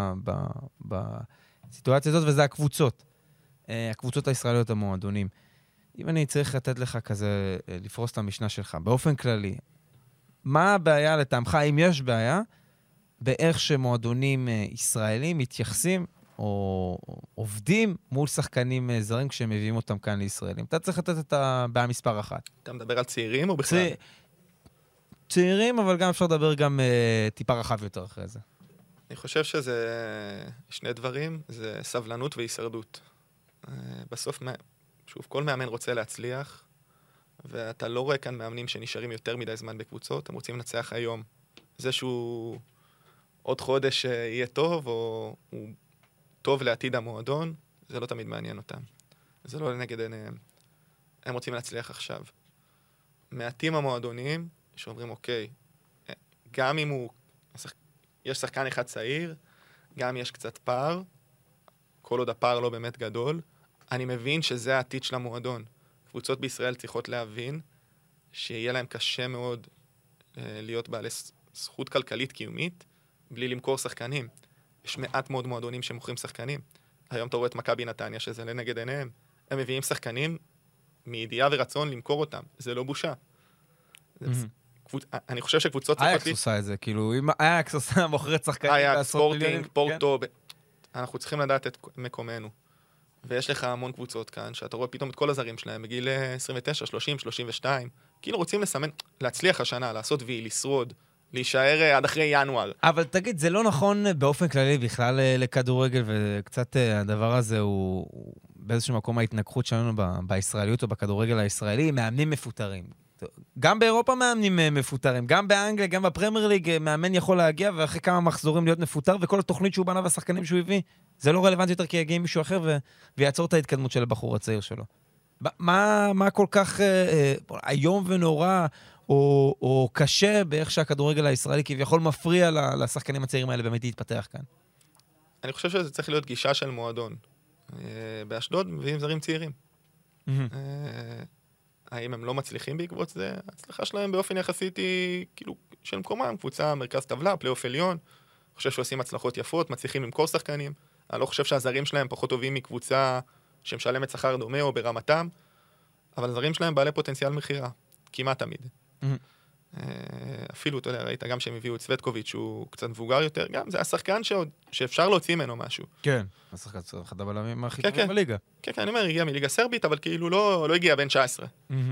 בסיטואציה הזאת, וזה הקבוצות. הקבוצות הישראליות המועדונים. אם אני צריך לתת לך כזה, לפרוס את המשנה שלך, באופן כללי, מה הבעיה לטעמך, אם יש בעיה, באיך שמועדונים ישראלים מתייחסים או עובדים מול שחקנים זרים כשהם מביאים אותם כאן לישראלים. אתה צריך לתת את הבעיה מספר אחת. אתה מדבר על צעירים או בכלל? צעירים, אבל גם אפשר לדבר גם טיפה רחב יותר אחרי זה. אני חושב שזה שני דברים, זה סבלנות והישרדות. בסוף, שוב, כל מאמן רוצה להצליח, ואתה לא רואה כאן מאמנים שנשארים יותר מדי זמן בקבוצות, הם רוצים לנצח היום. זה שהוא עוד חודש יהיה טוב, או הוא טוב לעתיד המועדון, זה לא תמיד מעניין אותם. זה לא לנגד עיניהם. הם רוצים להצליח עכשיו. מעטים המועדונים שאומרים, אוקיי, גם אם יש שחקן אחד צעיר, גם יש קצת פער, כל עוד הפער לא באמת גדול, אני מבין שזה העתיד של המועדון. קבוצות בישראל צריכות להבין שיהיה להם קשה מאוד להיות בעלי זכות כלכלית קיומית, בלי למכור שחקנים. יש מעט מאוד מועדונים שמוכרים שחקנים. היום אתה רואה את מכבי נתניה, שזה לנגד עיניהם. הם מביאים שחקנים מידיעה ורצון למכור אותם. זה לא בושה. אני חושב שקבוצות צריכות... אייקס עושה את זה, כאילו, אם אייקס עושה מוכרת שחקנים... אייקס, ספורטינג, פורטו... אנחנו צריכים לדעת את מקומנו. ויש לך המון קבוצות כאן, שאתה רואה פתאום את כל הזרים שלהם, בגיל 29, 30, 32, כאילו רוצים להצליח השנה, לעשות וי, לשרוד, להישאר עד אחרי ינואר. אבל תגיד, זה לא נכון באופן כללי בכלל לכדורגל, וקצת הדבר הזה הוא באיזשהו מקום ההתנגחות שלנו בישראליות או בכדורגל הישראלי, מאמנים מפוטרים. גם באירופה מאמנים מפוטרים, גם באנגליה, גם בפרמייר ליג, מאמן יכול להגיע, ואחרי כמה מחזורים להיות מפוטר, וכל התוכנית שהוא בנה והשחקנים שהוא הביא, זה לא רלוונטי יותר כי יגיע מישהו אחר ויעצור את ההתקדמות של הבחור הצעיר שלו. מה כל כך היום ונורא, או קשה באיך שהכדורגל הישראלי כביכול מפריע לשחקנים הצעירים האלה באמת להתפתח כאן? אני חושב שזה צריך להיות גישה של מועדון. באשדוד מביאים זרים צעירים. האם הם לא מצליחים בעקבות זה? ההצלחה שלהם באופן יחסית היא כאילו של מקומם, קבוצה, מרכז טבלה, פלייאוף עליון. אני חושב שעושים הצלחות יפות, מצליחים למכור שחקנים. אני לא חושב שהזרים שלהם פחות טובים מקבוצה שמשלמת שכר דומה או ברמתם, אבל הזרים שלהם בעלי פוטנציאל מחירה, כמעט תמיד. אפילו, אתה יודע, ראית גם שהם הביאו את סווטקוביץ' שהוא קצת מבוגר יותר, גם זה השחקן שאפשר להוציא ממנו משהו. כן, השחקן אחד הבלמים הכי טובים בליגה. כן, אני אומר, הגיע מליגה סרבית, אבל כאילו לא הגיע בין 19.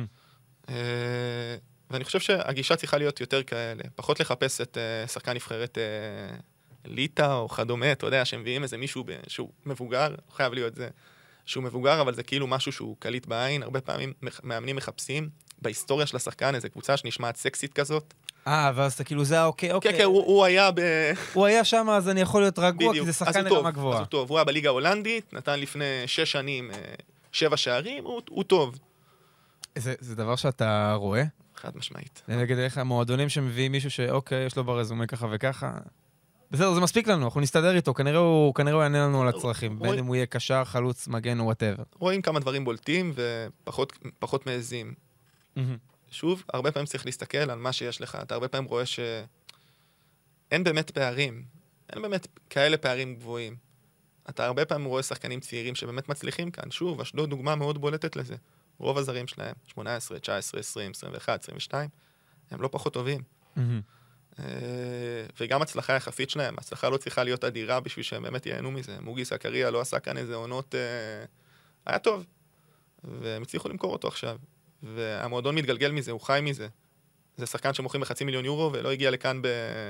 ואני חושב שהגישה צריכה להיות יותר כאלה, פחות לחפש את שחקן נבחרת ליטה או חדומה, אתה יודע, שמביאים איזה מישהו שהוא מבוגר, חייב להיות זה שהוא מבוגר, אבל זה כאילו משהו שהוא קליט בעין, הרבה פעמים מאמנים מחפשים בהיסטוריה של השחקן, איזו קבוצה שנשמעת סקסית כזאת. ואז אתה כאילו זה אוקיי. כן, הוא היה הוא היה שם, אז אני יכול להיות רגוע, כי זה שחקן לרמה גבוהה. אז הוא טוב, הוא היה בליגה ההולנדית, נתן לפני 6 שנים 7 שערים, הוא טוב. זה דבר שאתה רואה? חד משמעית. נגד איך המועדונים שמביאים מישהו שאוקיי, יש לו ברזומה ככה וככה. בסדר, זה מספיק לנו, אנחנו נסתדר איתו, כנראה הוא יענה לנו על הצרכים, בין אם הוא יהיה קשר, חלוץ, מגן או whatever. רואים כמה דברים בולטים ופחות מעזים. שוב, הרבה פעמים צריך להסתכל על מה שיש לך. אתה הרבה פעמים רואה שאין באמת פערים, אין באמת כאלה פערים גבוהים. אתה הרבה פעמים רואה שחקנים צעירים שבאמת מצליחים כאן. שוב, אשדוד דוגמה מאוד בולטת לזה. רוב הזרים שלהם, 18, 19, 20, 21, 22, הם לא פחות טובים. וגם הצלחה יחסית שלהם, הצלחה לא צריכה להיות אדירה בשביל שהם באמת ייהנו מזה. מוגי סקריה לא עשה כאן איזה עונות, היה טוב, והם הצליחו למכור אותו עכשיו. והמועדון מתגלגל מזה, הוא חי מזה. זה שחקן שמוכרים ב500,000 יורו, ולא הגיע לכאן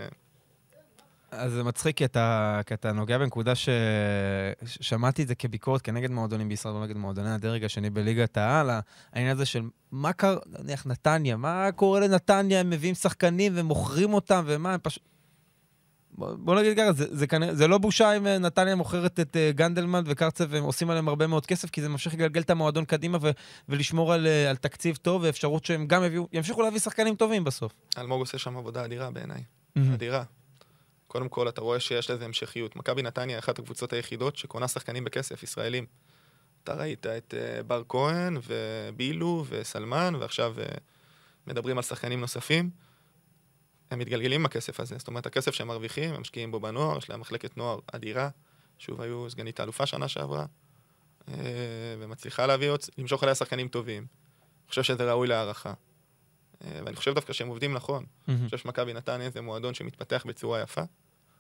אז זה מצחיק, כי אתה נוגע בנקודה ששמעתי את זה כביקורת, כנגד מועדונים בישראל, לא נגד מועדוני הדרג השני בליגת העל, העניין הזה של מה קרה, נניח נתניה, מה קורה לנתניה, הם מביאים שחקנים ומוכרים אותם, ומה הם פשוט... בוא נגיד ככה, זה לא בושה אם נתניה מוכרת את גנדלמן וקרצב, והם עושים עליהם הרבה מאוד כסף, כי זה ממשיך לגלגל את המועדון קדימה ולשמור על תקציב טוב, ואפשרות שהם גם ימשיכו להביא שחקנים טובים בסוף. אלמוג עושה שם עבודה אדירה בעיניי. אדירה. קודם כל, אתה רואה שיש לזה המשכיות. מכבי נתניה, אחת הקבוצות היחידות שקונה שחקנים בכסף, ישראלים. אתה ראית את בר כהן ובילו וסלמן, ועכשיו מדברים על שחקנים נוספים. הם מתגלגלים בכסף הזה. זאת אומרת, הכסף שהם מרוויחים, הם משקיעים בו בנוער, יש להם מחלקת נוער אדירה, שוב היו סגנית האלופה שנה שעברה, ומצליחה למשוך עליה שחקנים טובים. אני חושב שזה ראוי להערכה. ואני חושב דווקא שהם עובדים נכון. אני חושב שמכבי נתניה זה מועדון שמתפתח בצורה יפה.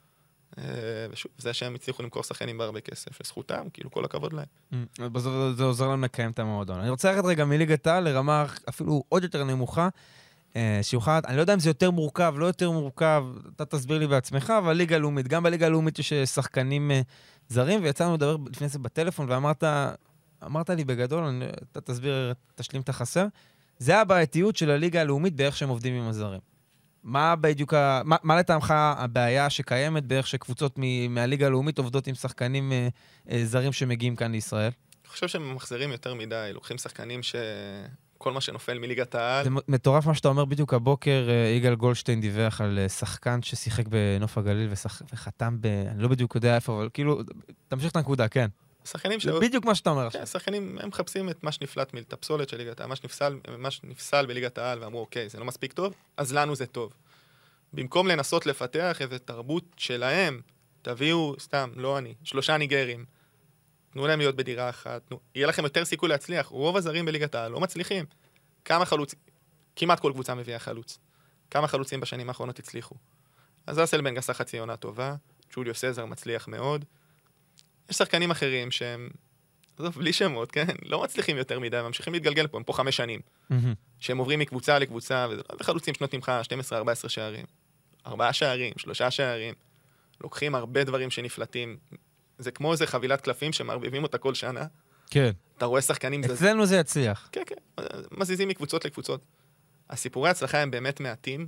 ושוב, זה שהם הצליחו למכור שחקנים בהרבה כסף, לזכותם, כאילו כל הכבוד להם. זה עוזר לנו לקיים את המועדון. אני רוצה ללכת רגע מליגת העל לרמה אפילו עוד יותר נמוכה, שיוכל, אני לא יודע אם זה יותר מורכב, לא יותר מורכב, אתה תסביר לי בעצמך, אבל ליגה לאומית, גם בליגה הלאומית יש שחקנים זרים, ויצאנו לדבר לפני זה בטלפון, ואמרת לי בגדול, אתה תסביר, תשלים את החסר, זה הבעייתיות של הליגה הלאומית באיך שהם עובדים עם הזרים. מה בדיוק, מה לטעמך הבעיה שקיימת באיך שקבוצות מהליגה הלאומית עובדות עם שחקנים זרים שמגיעים כאן לישראל? אני חושב שהם מחזירים יותר מדי, לוקחים שחקנים כל מה שנופל מליגת העל. זה מטורף מה שאתה אומר בדיוק הבוקר, יגאל גולדשטיין דיווח על שחקן ששיחק בנוף הגליל וחתם אני לא בדיוק יודע איפה, אבל כאילו, תמשיך את הנקודה, כן. שחקנים בדיוק מה שאתה אומר עכשיו. כן, שחקנים, הם מחפשים את מה שנפלט את הפסולת של ליגת העל, מה שנפסל בליגת העל, ואמרו, אוקיי, זה לא מספיק טוב, אז לנו זה טוב. במקום לנסות לפתח איזו תרבות שלהם, תביאו, סתם, לא אני, 3 ניגרים, תנו להם להיות בדירה אחת, יהיה לכם יותר סיכוי להצליח. רוב הזרים בליגת העל לא מצליחים. כמה חלוצים, כמעט כל קבוצה מביאה חלוץ. כמה חלוצים בשנים האחרונות הצליחו. אז אסלבנג עשה חצי עונה טובה, ג'וליו סזר מצליח מאוד. יש שחקנים אחרים שהם, בלי שמות, כן? לא מצליחים יותר מדי, ממשיכים להתגלגל פה, הם פה 5 שנים. שהם עוברים מקבוצה לקבוצה, וחלוצים שנותנים לך 12-14 שערים. 4 שערים, 3 שערים. לוקחים הרבה דברים שנפלטים. זה כמו איזה חבילת קלפים שמערבבים אותה כל שנה. כן. אתה רואה שחקנים... אצלנו זה יצליח. כן, כן. מזיזים מקבוצות לקבוצות. הסיפורי הצלחה הם באמת מעטים,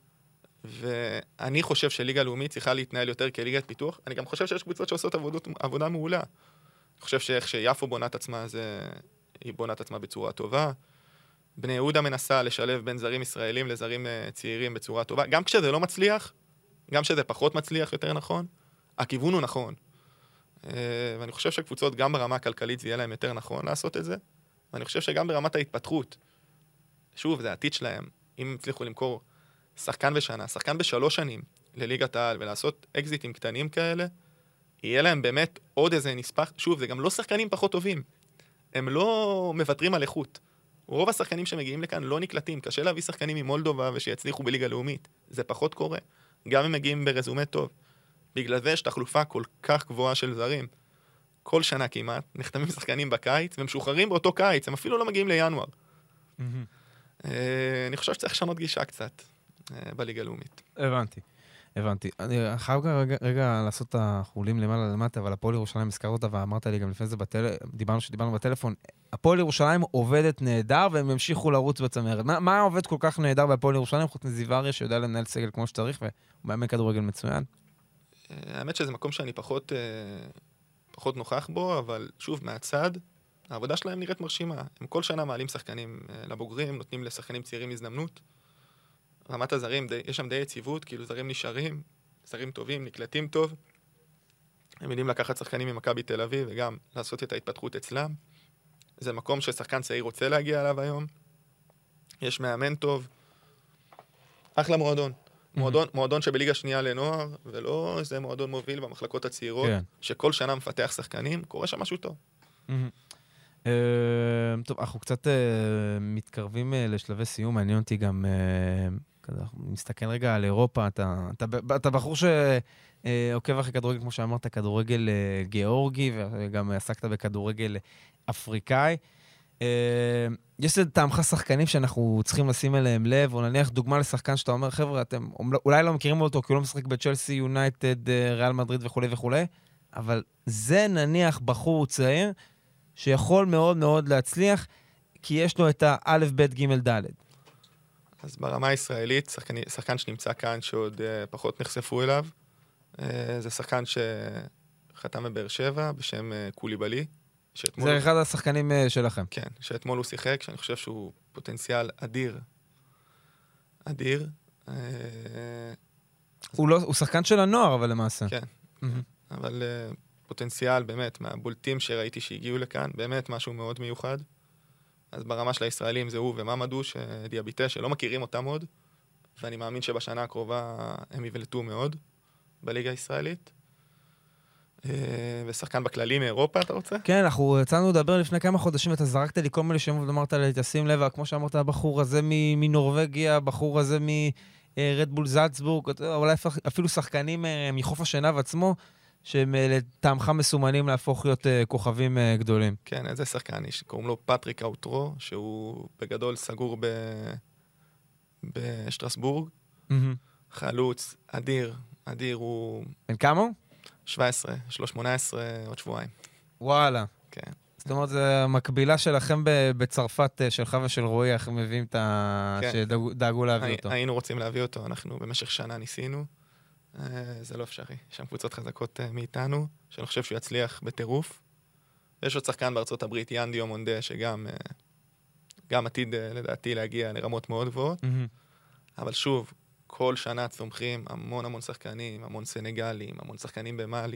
ואני חושב שליגה לאומית צריכה להתנהל יותר כליגת פיתוח. אני גם חושב שיש קבוצות שעושות עבודה מעולה. אני חושב שאיך שיפו בונת עצמה, היא בונת עצמה בצורה טובה. בני יהודה מנסה לשלב בין זרים ישראלים לזרים צעירים בצורה טובה. גם כשזה לא מצליח, גם כשזה פחות מצליח, יותר נכון, הכיוון הוא נכון. ואני חושב שקבוצות גם ברמה הכלכלית זה יהיה להם יותר נכון לעשות את זה. ואני חושב שגם ברמת ההתפתחות, שוב, זה העתיד שלהם. אם הצליחו למכור שחקן בשנה, שחקן ב3 שנים לליגת העל, ולעשות אקזיטים קטנים כאלה, יהיה להם באמת עוד איזה נספח. שוב, זה גם לא שחקנים פחות טובים. הם לא מוותרים על איכות. רוב השחקנים שמגיעים לכאן לא נקלטים. קשה להביא שחקנים ממולדובה ושיצליחו בליגה לאומית. זה פחות קורה. גם הם מגיעים ברזומה טוב. בגלל זה יש תחלופה כל כך גבוהה של זרים. כל שנה כמעט, נחתמים שחקנים בקיץ, ומשוחררים באותו קיץ, הם אפילו לא מגיעים לינואר. אני חושב שצריך לשנות גישה קצת בליגה הלאומית. הבנתי. אני חייב רגע לעשות את החולים למעלה למטה, אבל הפועל ירושלים הזכרת אותה, ואמרת לי גם לפני זה דיברנו בטלפון, הפועל ירושלים עובדת נהדר, והם ימשיכו לרוץ בצמרת. מה עובד כל כך נהדר בהפועל ירושלים, חוץ מזיו אריה שיודע לנהל סגל כמו שצריך, והוא מאמן כדורגל מצוין? האמת שזה מקום שאני פחות נוכח בו, אבל שוב, מהצד, העבודה שלהם נראית מרשימה. הם כל שנה מעלים שחקנים לבוגרים, נותנים לשחקנים צעירים הזדמנות. רמת הזרים, יש שם די יציבות, כאילו זרים נשארים, זרים טובים, נקלטים טוב. הם יודעים לקחת שחקנים ממכבי תל אביב, וגם לעשות את ההתפתחות אצלם. זה מקום ששחקן צעיר רוצה להגיע אליו היום. יש מאמן טוב. אחלה מועדון. מועדון שבליגה שנייה לנוער, ולא איזה מועדון מוביל במחלקות הצעירות, שכל שנה מפתח שחקנים, קורה שם משהו טוב. טוב, אנחנו קצת מתקרבים לשלבי סיום, מעניין אותי גם, נסתכל רגע על אירופה, אתה בחור שעוקב אחרי כדורגל, כמו שאמרת, כדורגל גיאורגי, וגם עסקת בכדורגל אפריקאי. יש טעמך שחקנים שאנחנו צריכים לשים אליהם לב, או נניח דוגמה לשחקן שאתה אומר, חבר'ה, אתם אולי לא מכירים אותו, כי הוא לא משחק בצ'לסי, יונייטד, ריאל מדריד וכו' וכו', אבל זה נניח בחור צעיר, שיכול מאוד מאוד להצליח, כי יש לו את האלף, בית, ג', ד'. אז ברמה הישראלית, שחקן שנמצא כאן שעוד פחות נחשפו אליו, זה שחקן שחתם בבאר שבע בשם קוליבאלי. זה אחד השחקנים שלכם. כן, שאתמול הוא שיחק, שאני חושב שהוא פוטנציאל אדיר. אדיר. הוא שחקן של הנוער, אבל למעשה. כן, אבל פוטנציאל באמת, מהבולטים שראיתי שהגיעו לכאן, באמת משהו מאוד מיוחד. אז ברמה של הישראלים זה הוא וממדו, שדיאביטה, שלא מכירים אותם עוד, ואני מאמין שבשנה הקרובה הם יבלטו מאוד בליגה הישראלית. ושחקן בכללי מאירופה, אתה רוצה? כן, אנחנו יצאנו לדבר לפני כמה חודשים, ואתה זרקת לי כל מיני שמות, ואמרת לי, תשים לב, כמו שאמרת, הבחור הזה מנורווגיה, הבחור הזה רדבול זלצבורג, אולי אפילו שחקנים מחוף השנהב עצמו, שהם לטעמך מסומנים להפוך להיות כוכבים גדולים. כן, איזה שחקן איש, קוראים לו פטריק אוטרו, שהוא בגדול סגור בשטרסבורג. חלוץ, אדיר, הוא... בן כמה הוא? 17, יש לו 18 עוד שבועיים. וואלה. כן. זאת אומרת, זו המקבילה שלכם בצרפת, שלך ושל רועי, איך מביאים את שדאגו להביא אותו. היינו רוצים להביא אותו, אנחנו במשך שנה ניסינו. זה לא אפשרי. יש שם קבוצות חזקות מאיתנו, שאני חושב שהוא יצליח בטירוף. יש עוד שחקן בארצות הברית, יאן דיומונדה, שגם עתיד לדעתי להגיע לרמות מאוד גבוהות. אבל שוב, כל שנה צומחים המון שחקנים, המון סנגלים, המון שחקנים במאלי.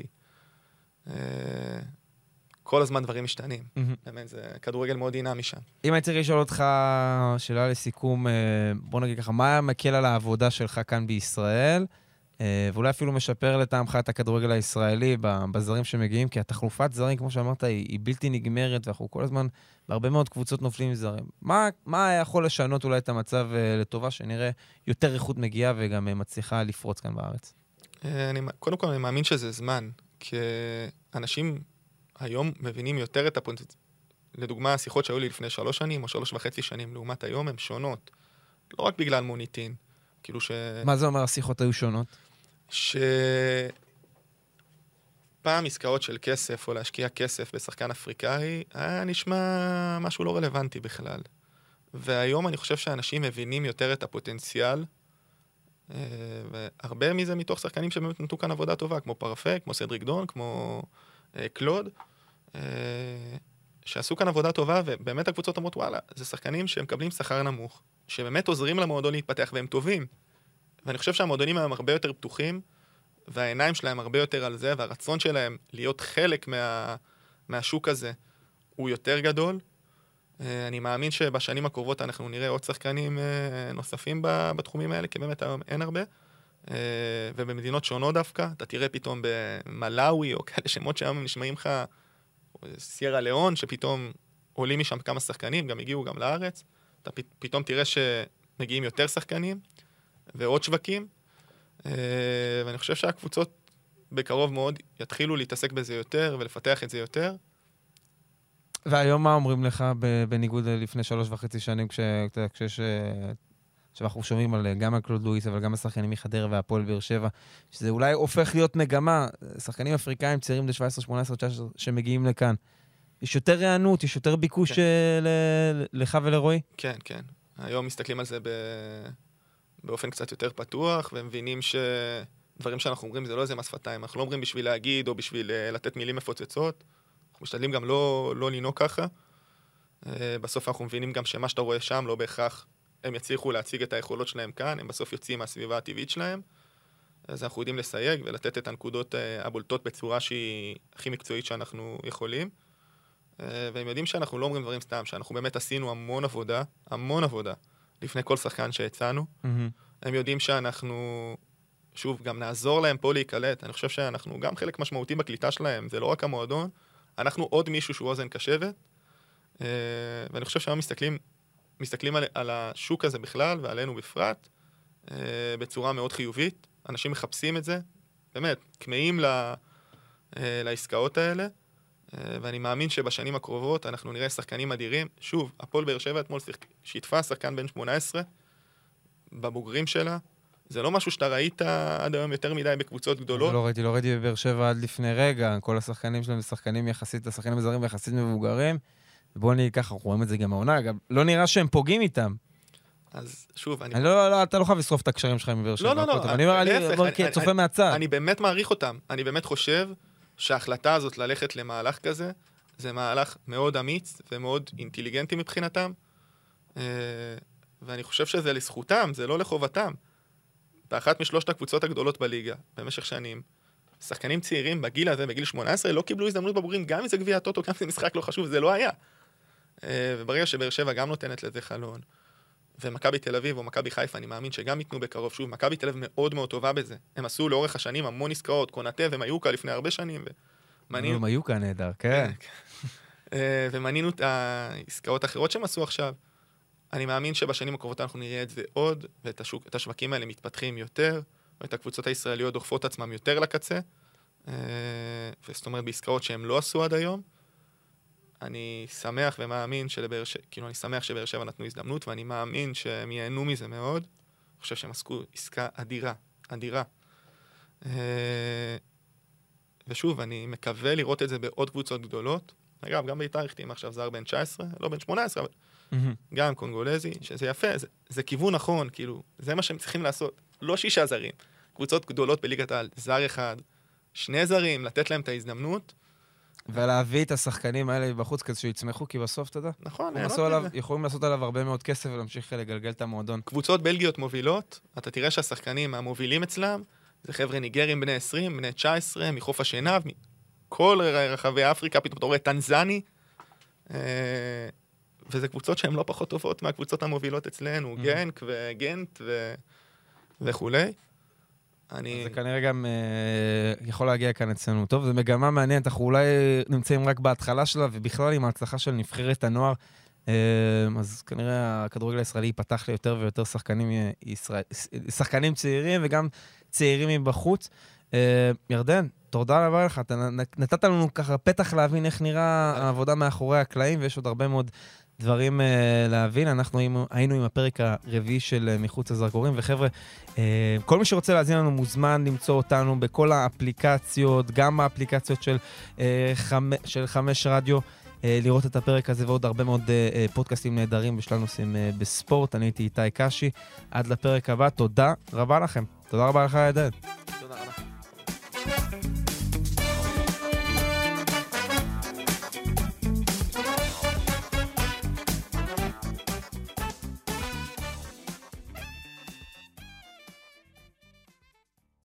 כל הזמן דברים משתנים. באמת, זה כדורגל מאוד דינמי שם. אם הייתי צריך לשאול אותך שאלה לסיכום, בוא נגיד ככה, מה מקל על העבודה שלך כאן בישראל, ואולי אפילו משפר לטעמך את הכדורגל הישראלי בזרים שמגיעים, כי התחלופת זרים, כמו שאמרת, היא בלתי נגמרת, ואנחנו כל הזמן בהרבה מאוד קבוצות נופלים מזרים. מה יכול לשנות אולי את המצב לטובה, שנראה יותר איכות מגיעה וגם מצליחה לפרוץ כאן בארץ? קודם כל, אני מאמין שזה זמן, כי אנשים היום מבינים יותר את הפוטנציאל. לדוגמה, השיחות שהיו לי לפני 3 שנים או 3.5 שנים, לעומת היום, הן שונות. לא רק בגלל מוניטין. כאילו מה זה אומר, השיחות היו שונות? פעם עסקאות של כסף, או להשקיע כסף בשחקן אפריקאי, היה נשמע משהו לא רלוונטי בכלל. והיום אני חושב שאנשים מבינים יותר את הפוטנציאל, והרבה מזה מתוך שחקנים שבאמת נתנו כאן עבודה טובה, כמו פרפה, כמו סדריק דון, כמו קלוד, שעשו כאן עבודה טובה, ובאמת הקבוצות אומרות, וואלה, זה שחקנים שהם מקבלים שכר נמוך, שבאמת עוזרים למועדון להתפתח, והם טובים. ואני חושב שהמועדונים הם הרבה יותר פתוחים, והעיניים שלהם הרבה יותר על זה, והרצון שלהם להיות חלק מהשוק הזה הוא יותר גדול. אני מאמין שבשנים הקרובות אנחנו נראה עוד שחקנים נוספים בתחומים האלה, כי באמת אין הרבה. ובמדינות שונות דווקא, אתה תראה פתאום במלאווי, או כאלה שמות שהיום נשמעים לך, סיירה ליאון, שפתאום עולים משם כמה שחקנים, גם הגיעו גם לארץ. אתה פתאום תראה שמגיעים יותר שחקנים, ועוד שווקים, ואני חושב שהקבוצות בקרוב מאוד יתחילו להתעסק בזה יותר, ולפתח את זה יותר. והיום מה אומרים לך בניגוד לפני 3.5 שנים, כשאנחנו שומעים גם על קלוד לואיס, אבל גם על שחקנים מחדרה והפועל באר שבע, שזה אולי הופך להיות מגמה, שחקנים אפריקאים צעירים ל-17, 18, 19 שמגיעים לכאן. יש יותר רענות, יש יותר ביקוש לך ולרועי? כן, כן. היום מסתכלים על זה באופן קצת יותר פתוח, ומבינים שדברים שאנחנו אומרים זה לא איזה משפתיים, אנחנו לא אומרים בשביל להגיד או בשביל לתת מילים מפוצצות, אנחנו משתדלים גם לא לנהוג ככה. בסוף אנחנו מבינים גם שמה שאתה רואה שם לא בהכרח הם יצליחו להציג את היכולות שלהם כאן, הם בסוף יוצאים מהסביבה הטבעית שלהם, אז אנחנו יודעים לסייג ולתת את הנקודות הבולטות בצורה שהיא הכי מקצועית שאנחנו יכולים, והם יודעים שאנחנו לא אומרים דברים סתם, שאנחנו באמת עשינו המון עבודה, לפני כל שחקן שהצענו. הם יודעים שאנחנו, שוב, גם נעזור להם פה להיקלט. אני חושב שאנחנו גם חלק משמעותי בקליטה שלהם. זה לא רק המועדון, אנחנו עוד מישהו שהוא אוזן קשבת. ואני חושב שהיום מסתכלים על השוק הזה בכלל, ועלינו בפרט, בצורה מאוד חיובית. אנשים מחפשים את זה, באמת, כמאים לעסקאות האלה. ואני מאמין שבשנים הקרובות אנחנו נראה שחקנים אדירים. שוב, הפועל באר שבע אתמול שיתפה שחקן בן 18 בבוגרים שלה. זה לא משהו שאתה ראית עד היום יותר מדי בקבוצות גדולות. לא ראיתי בבאר שבע עד לפני רגע. כל השחקנים שלהם שחקנים יחסית, השחקנים הזרים יחסית מבוגרים. ובואו נגיד ככה, אנחנו רואים את זה גם העונה. גם לא נראה שהם פוגעים איתם. אז שוב, אתה לא חייב לשרוף את הקשרים שלך מבאר שבע. לא. אני אומר, כצופה מהצד. אני באמת מעריך אותם. אני באמת חושב שההחלטה הזאת ללכת למהלך כזה, זה מהלך מאוד אמיץ ומאוד אינטליגנטי מבחינתם, ואני חושב שזה לזכותם, זה לא לחובתם. באחת משלושת הקבוצות הגדולות בליגה, במשך שנים, שחקנים צעירים בגיל הזה, בגיל 18, לא קיבלו הזדמנות בבוגרים, גם אם זה גביע הטוטו, גם אם זה משחק לא חשוב, זה לא היה. וברגע שבאר שבע גם נותנת לזה חלון, ומכבי תל אביב או מכבי חיפה, אני מאמין שגם ייתנו בקרוב. שוב, מכבי תל אביב מאוד מאוד טובה בזה. הם עשו לאורך השנים המון עסקאות, קונטה ומיוקה לפני הרבה שנים. מיוקה נהדר, כן. ומנינו את העסקאות האחרות שהם עשו עכשיו. אני מאמין שבשנים הקרובות אנחנו נראה את זה עוד, ואת השווקים האלה מתפתחים יותר, ואת הקבוצות הישראליות דוחפות עצמם יותר לקצה, וזאת אומרת בעסקאות שהם לא עשו עד היום. אני שמח ומאמין אני שמח שבאר שבע נתנו הזדמנות, ואני מאמין שהם ייהנו מזה מאוד. אני חושב שהם עסקו עסקה אדירה. ושוב, אני מקווה לראות את זה בעוד קבוצות גדולות. אגב, גם בית"ר החתים עכשיו זר בן 19, לא בן 18, אבל גם קונגולזי, שזה יפה, זה כיוון נכון, כאילו, זה מה שהם צריכים לעשות. לא 6 זרים, קבוצות גדולות בליגת העל, זר אחד, 2 זרים, לתת להם את ההזדמנות. ולהביא את השחקנים האלה בחוץ כדי שיצמחו, כי בסוף, אתה יודע, נכון, יכולים לעשות עליו הרבה מאוד כסף ולהמשיך לגלגל את המועדון. קבוצות בלגיות מובילות, אתה תראה שהשחקנים המובילים אצלם, זה חבר'ה ניגרים בני 20, בני 19, מחוף השנהב, מכל רחבי אפריקה, פתאום אתה רואה טנזני, וזה קבוצות שהן לא פחות טובות מהקבוצות המובילות אצלנו, גנק וגנט וכולי. זה כנראה גם יכול להגיע כאן אצלנו. טוב, זו מגמה מעניינת, אנחנו אולי נמצאים רק בהתחלה שלה, ובכלל עם ההצלחה של נבחרת הנוער, אז כנראה הכדורגל הישראלי ייפתח ליותר ויותר שחקנים צעירים, וגם צעירים מבחוץ. ירדן, תודה רבה לך, אתה נתת לנו ככה פתח להבין איך נראה העבודה מאחורי הקלעים, ויש עוד הרבה מאוד דברים להבין. אנחנו היינו עם הפרק הרביעי של מחוץ לזרקורים, וחבר'ה, כל מי שרוצה להזין לנו מוזמן למצוא אותנו בכל האפליקציות, גם האפליקציות של 5 רדיו, לראות את הפרק הזה ועוד הרבה מאוד פודקאסטים נהדרים בשלל נושאים בספורט. אני הייתי איתי קשי, עד לפרק הבא, תודה רבה לכם. תודה רבה לך, ירדן. תודה רבה.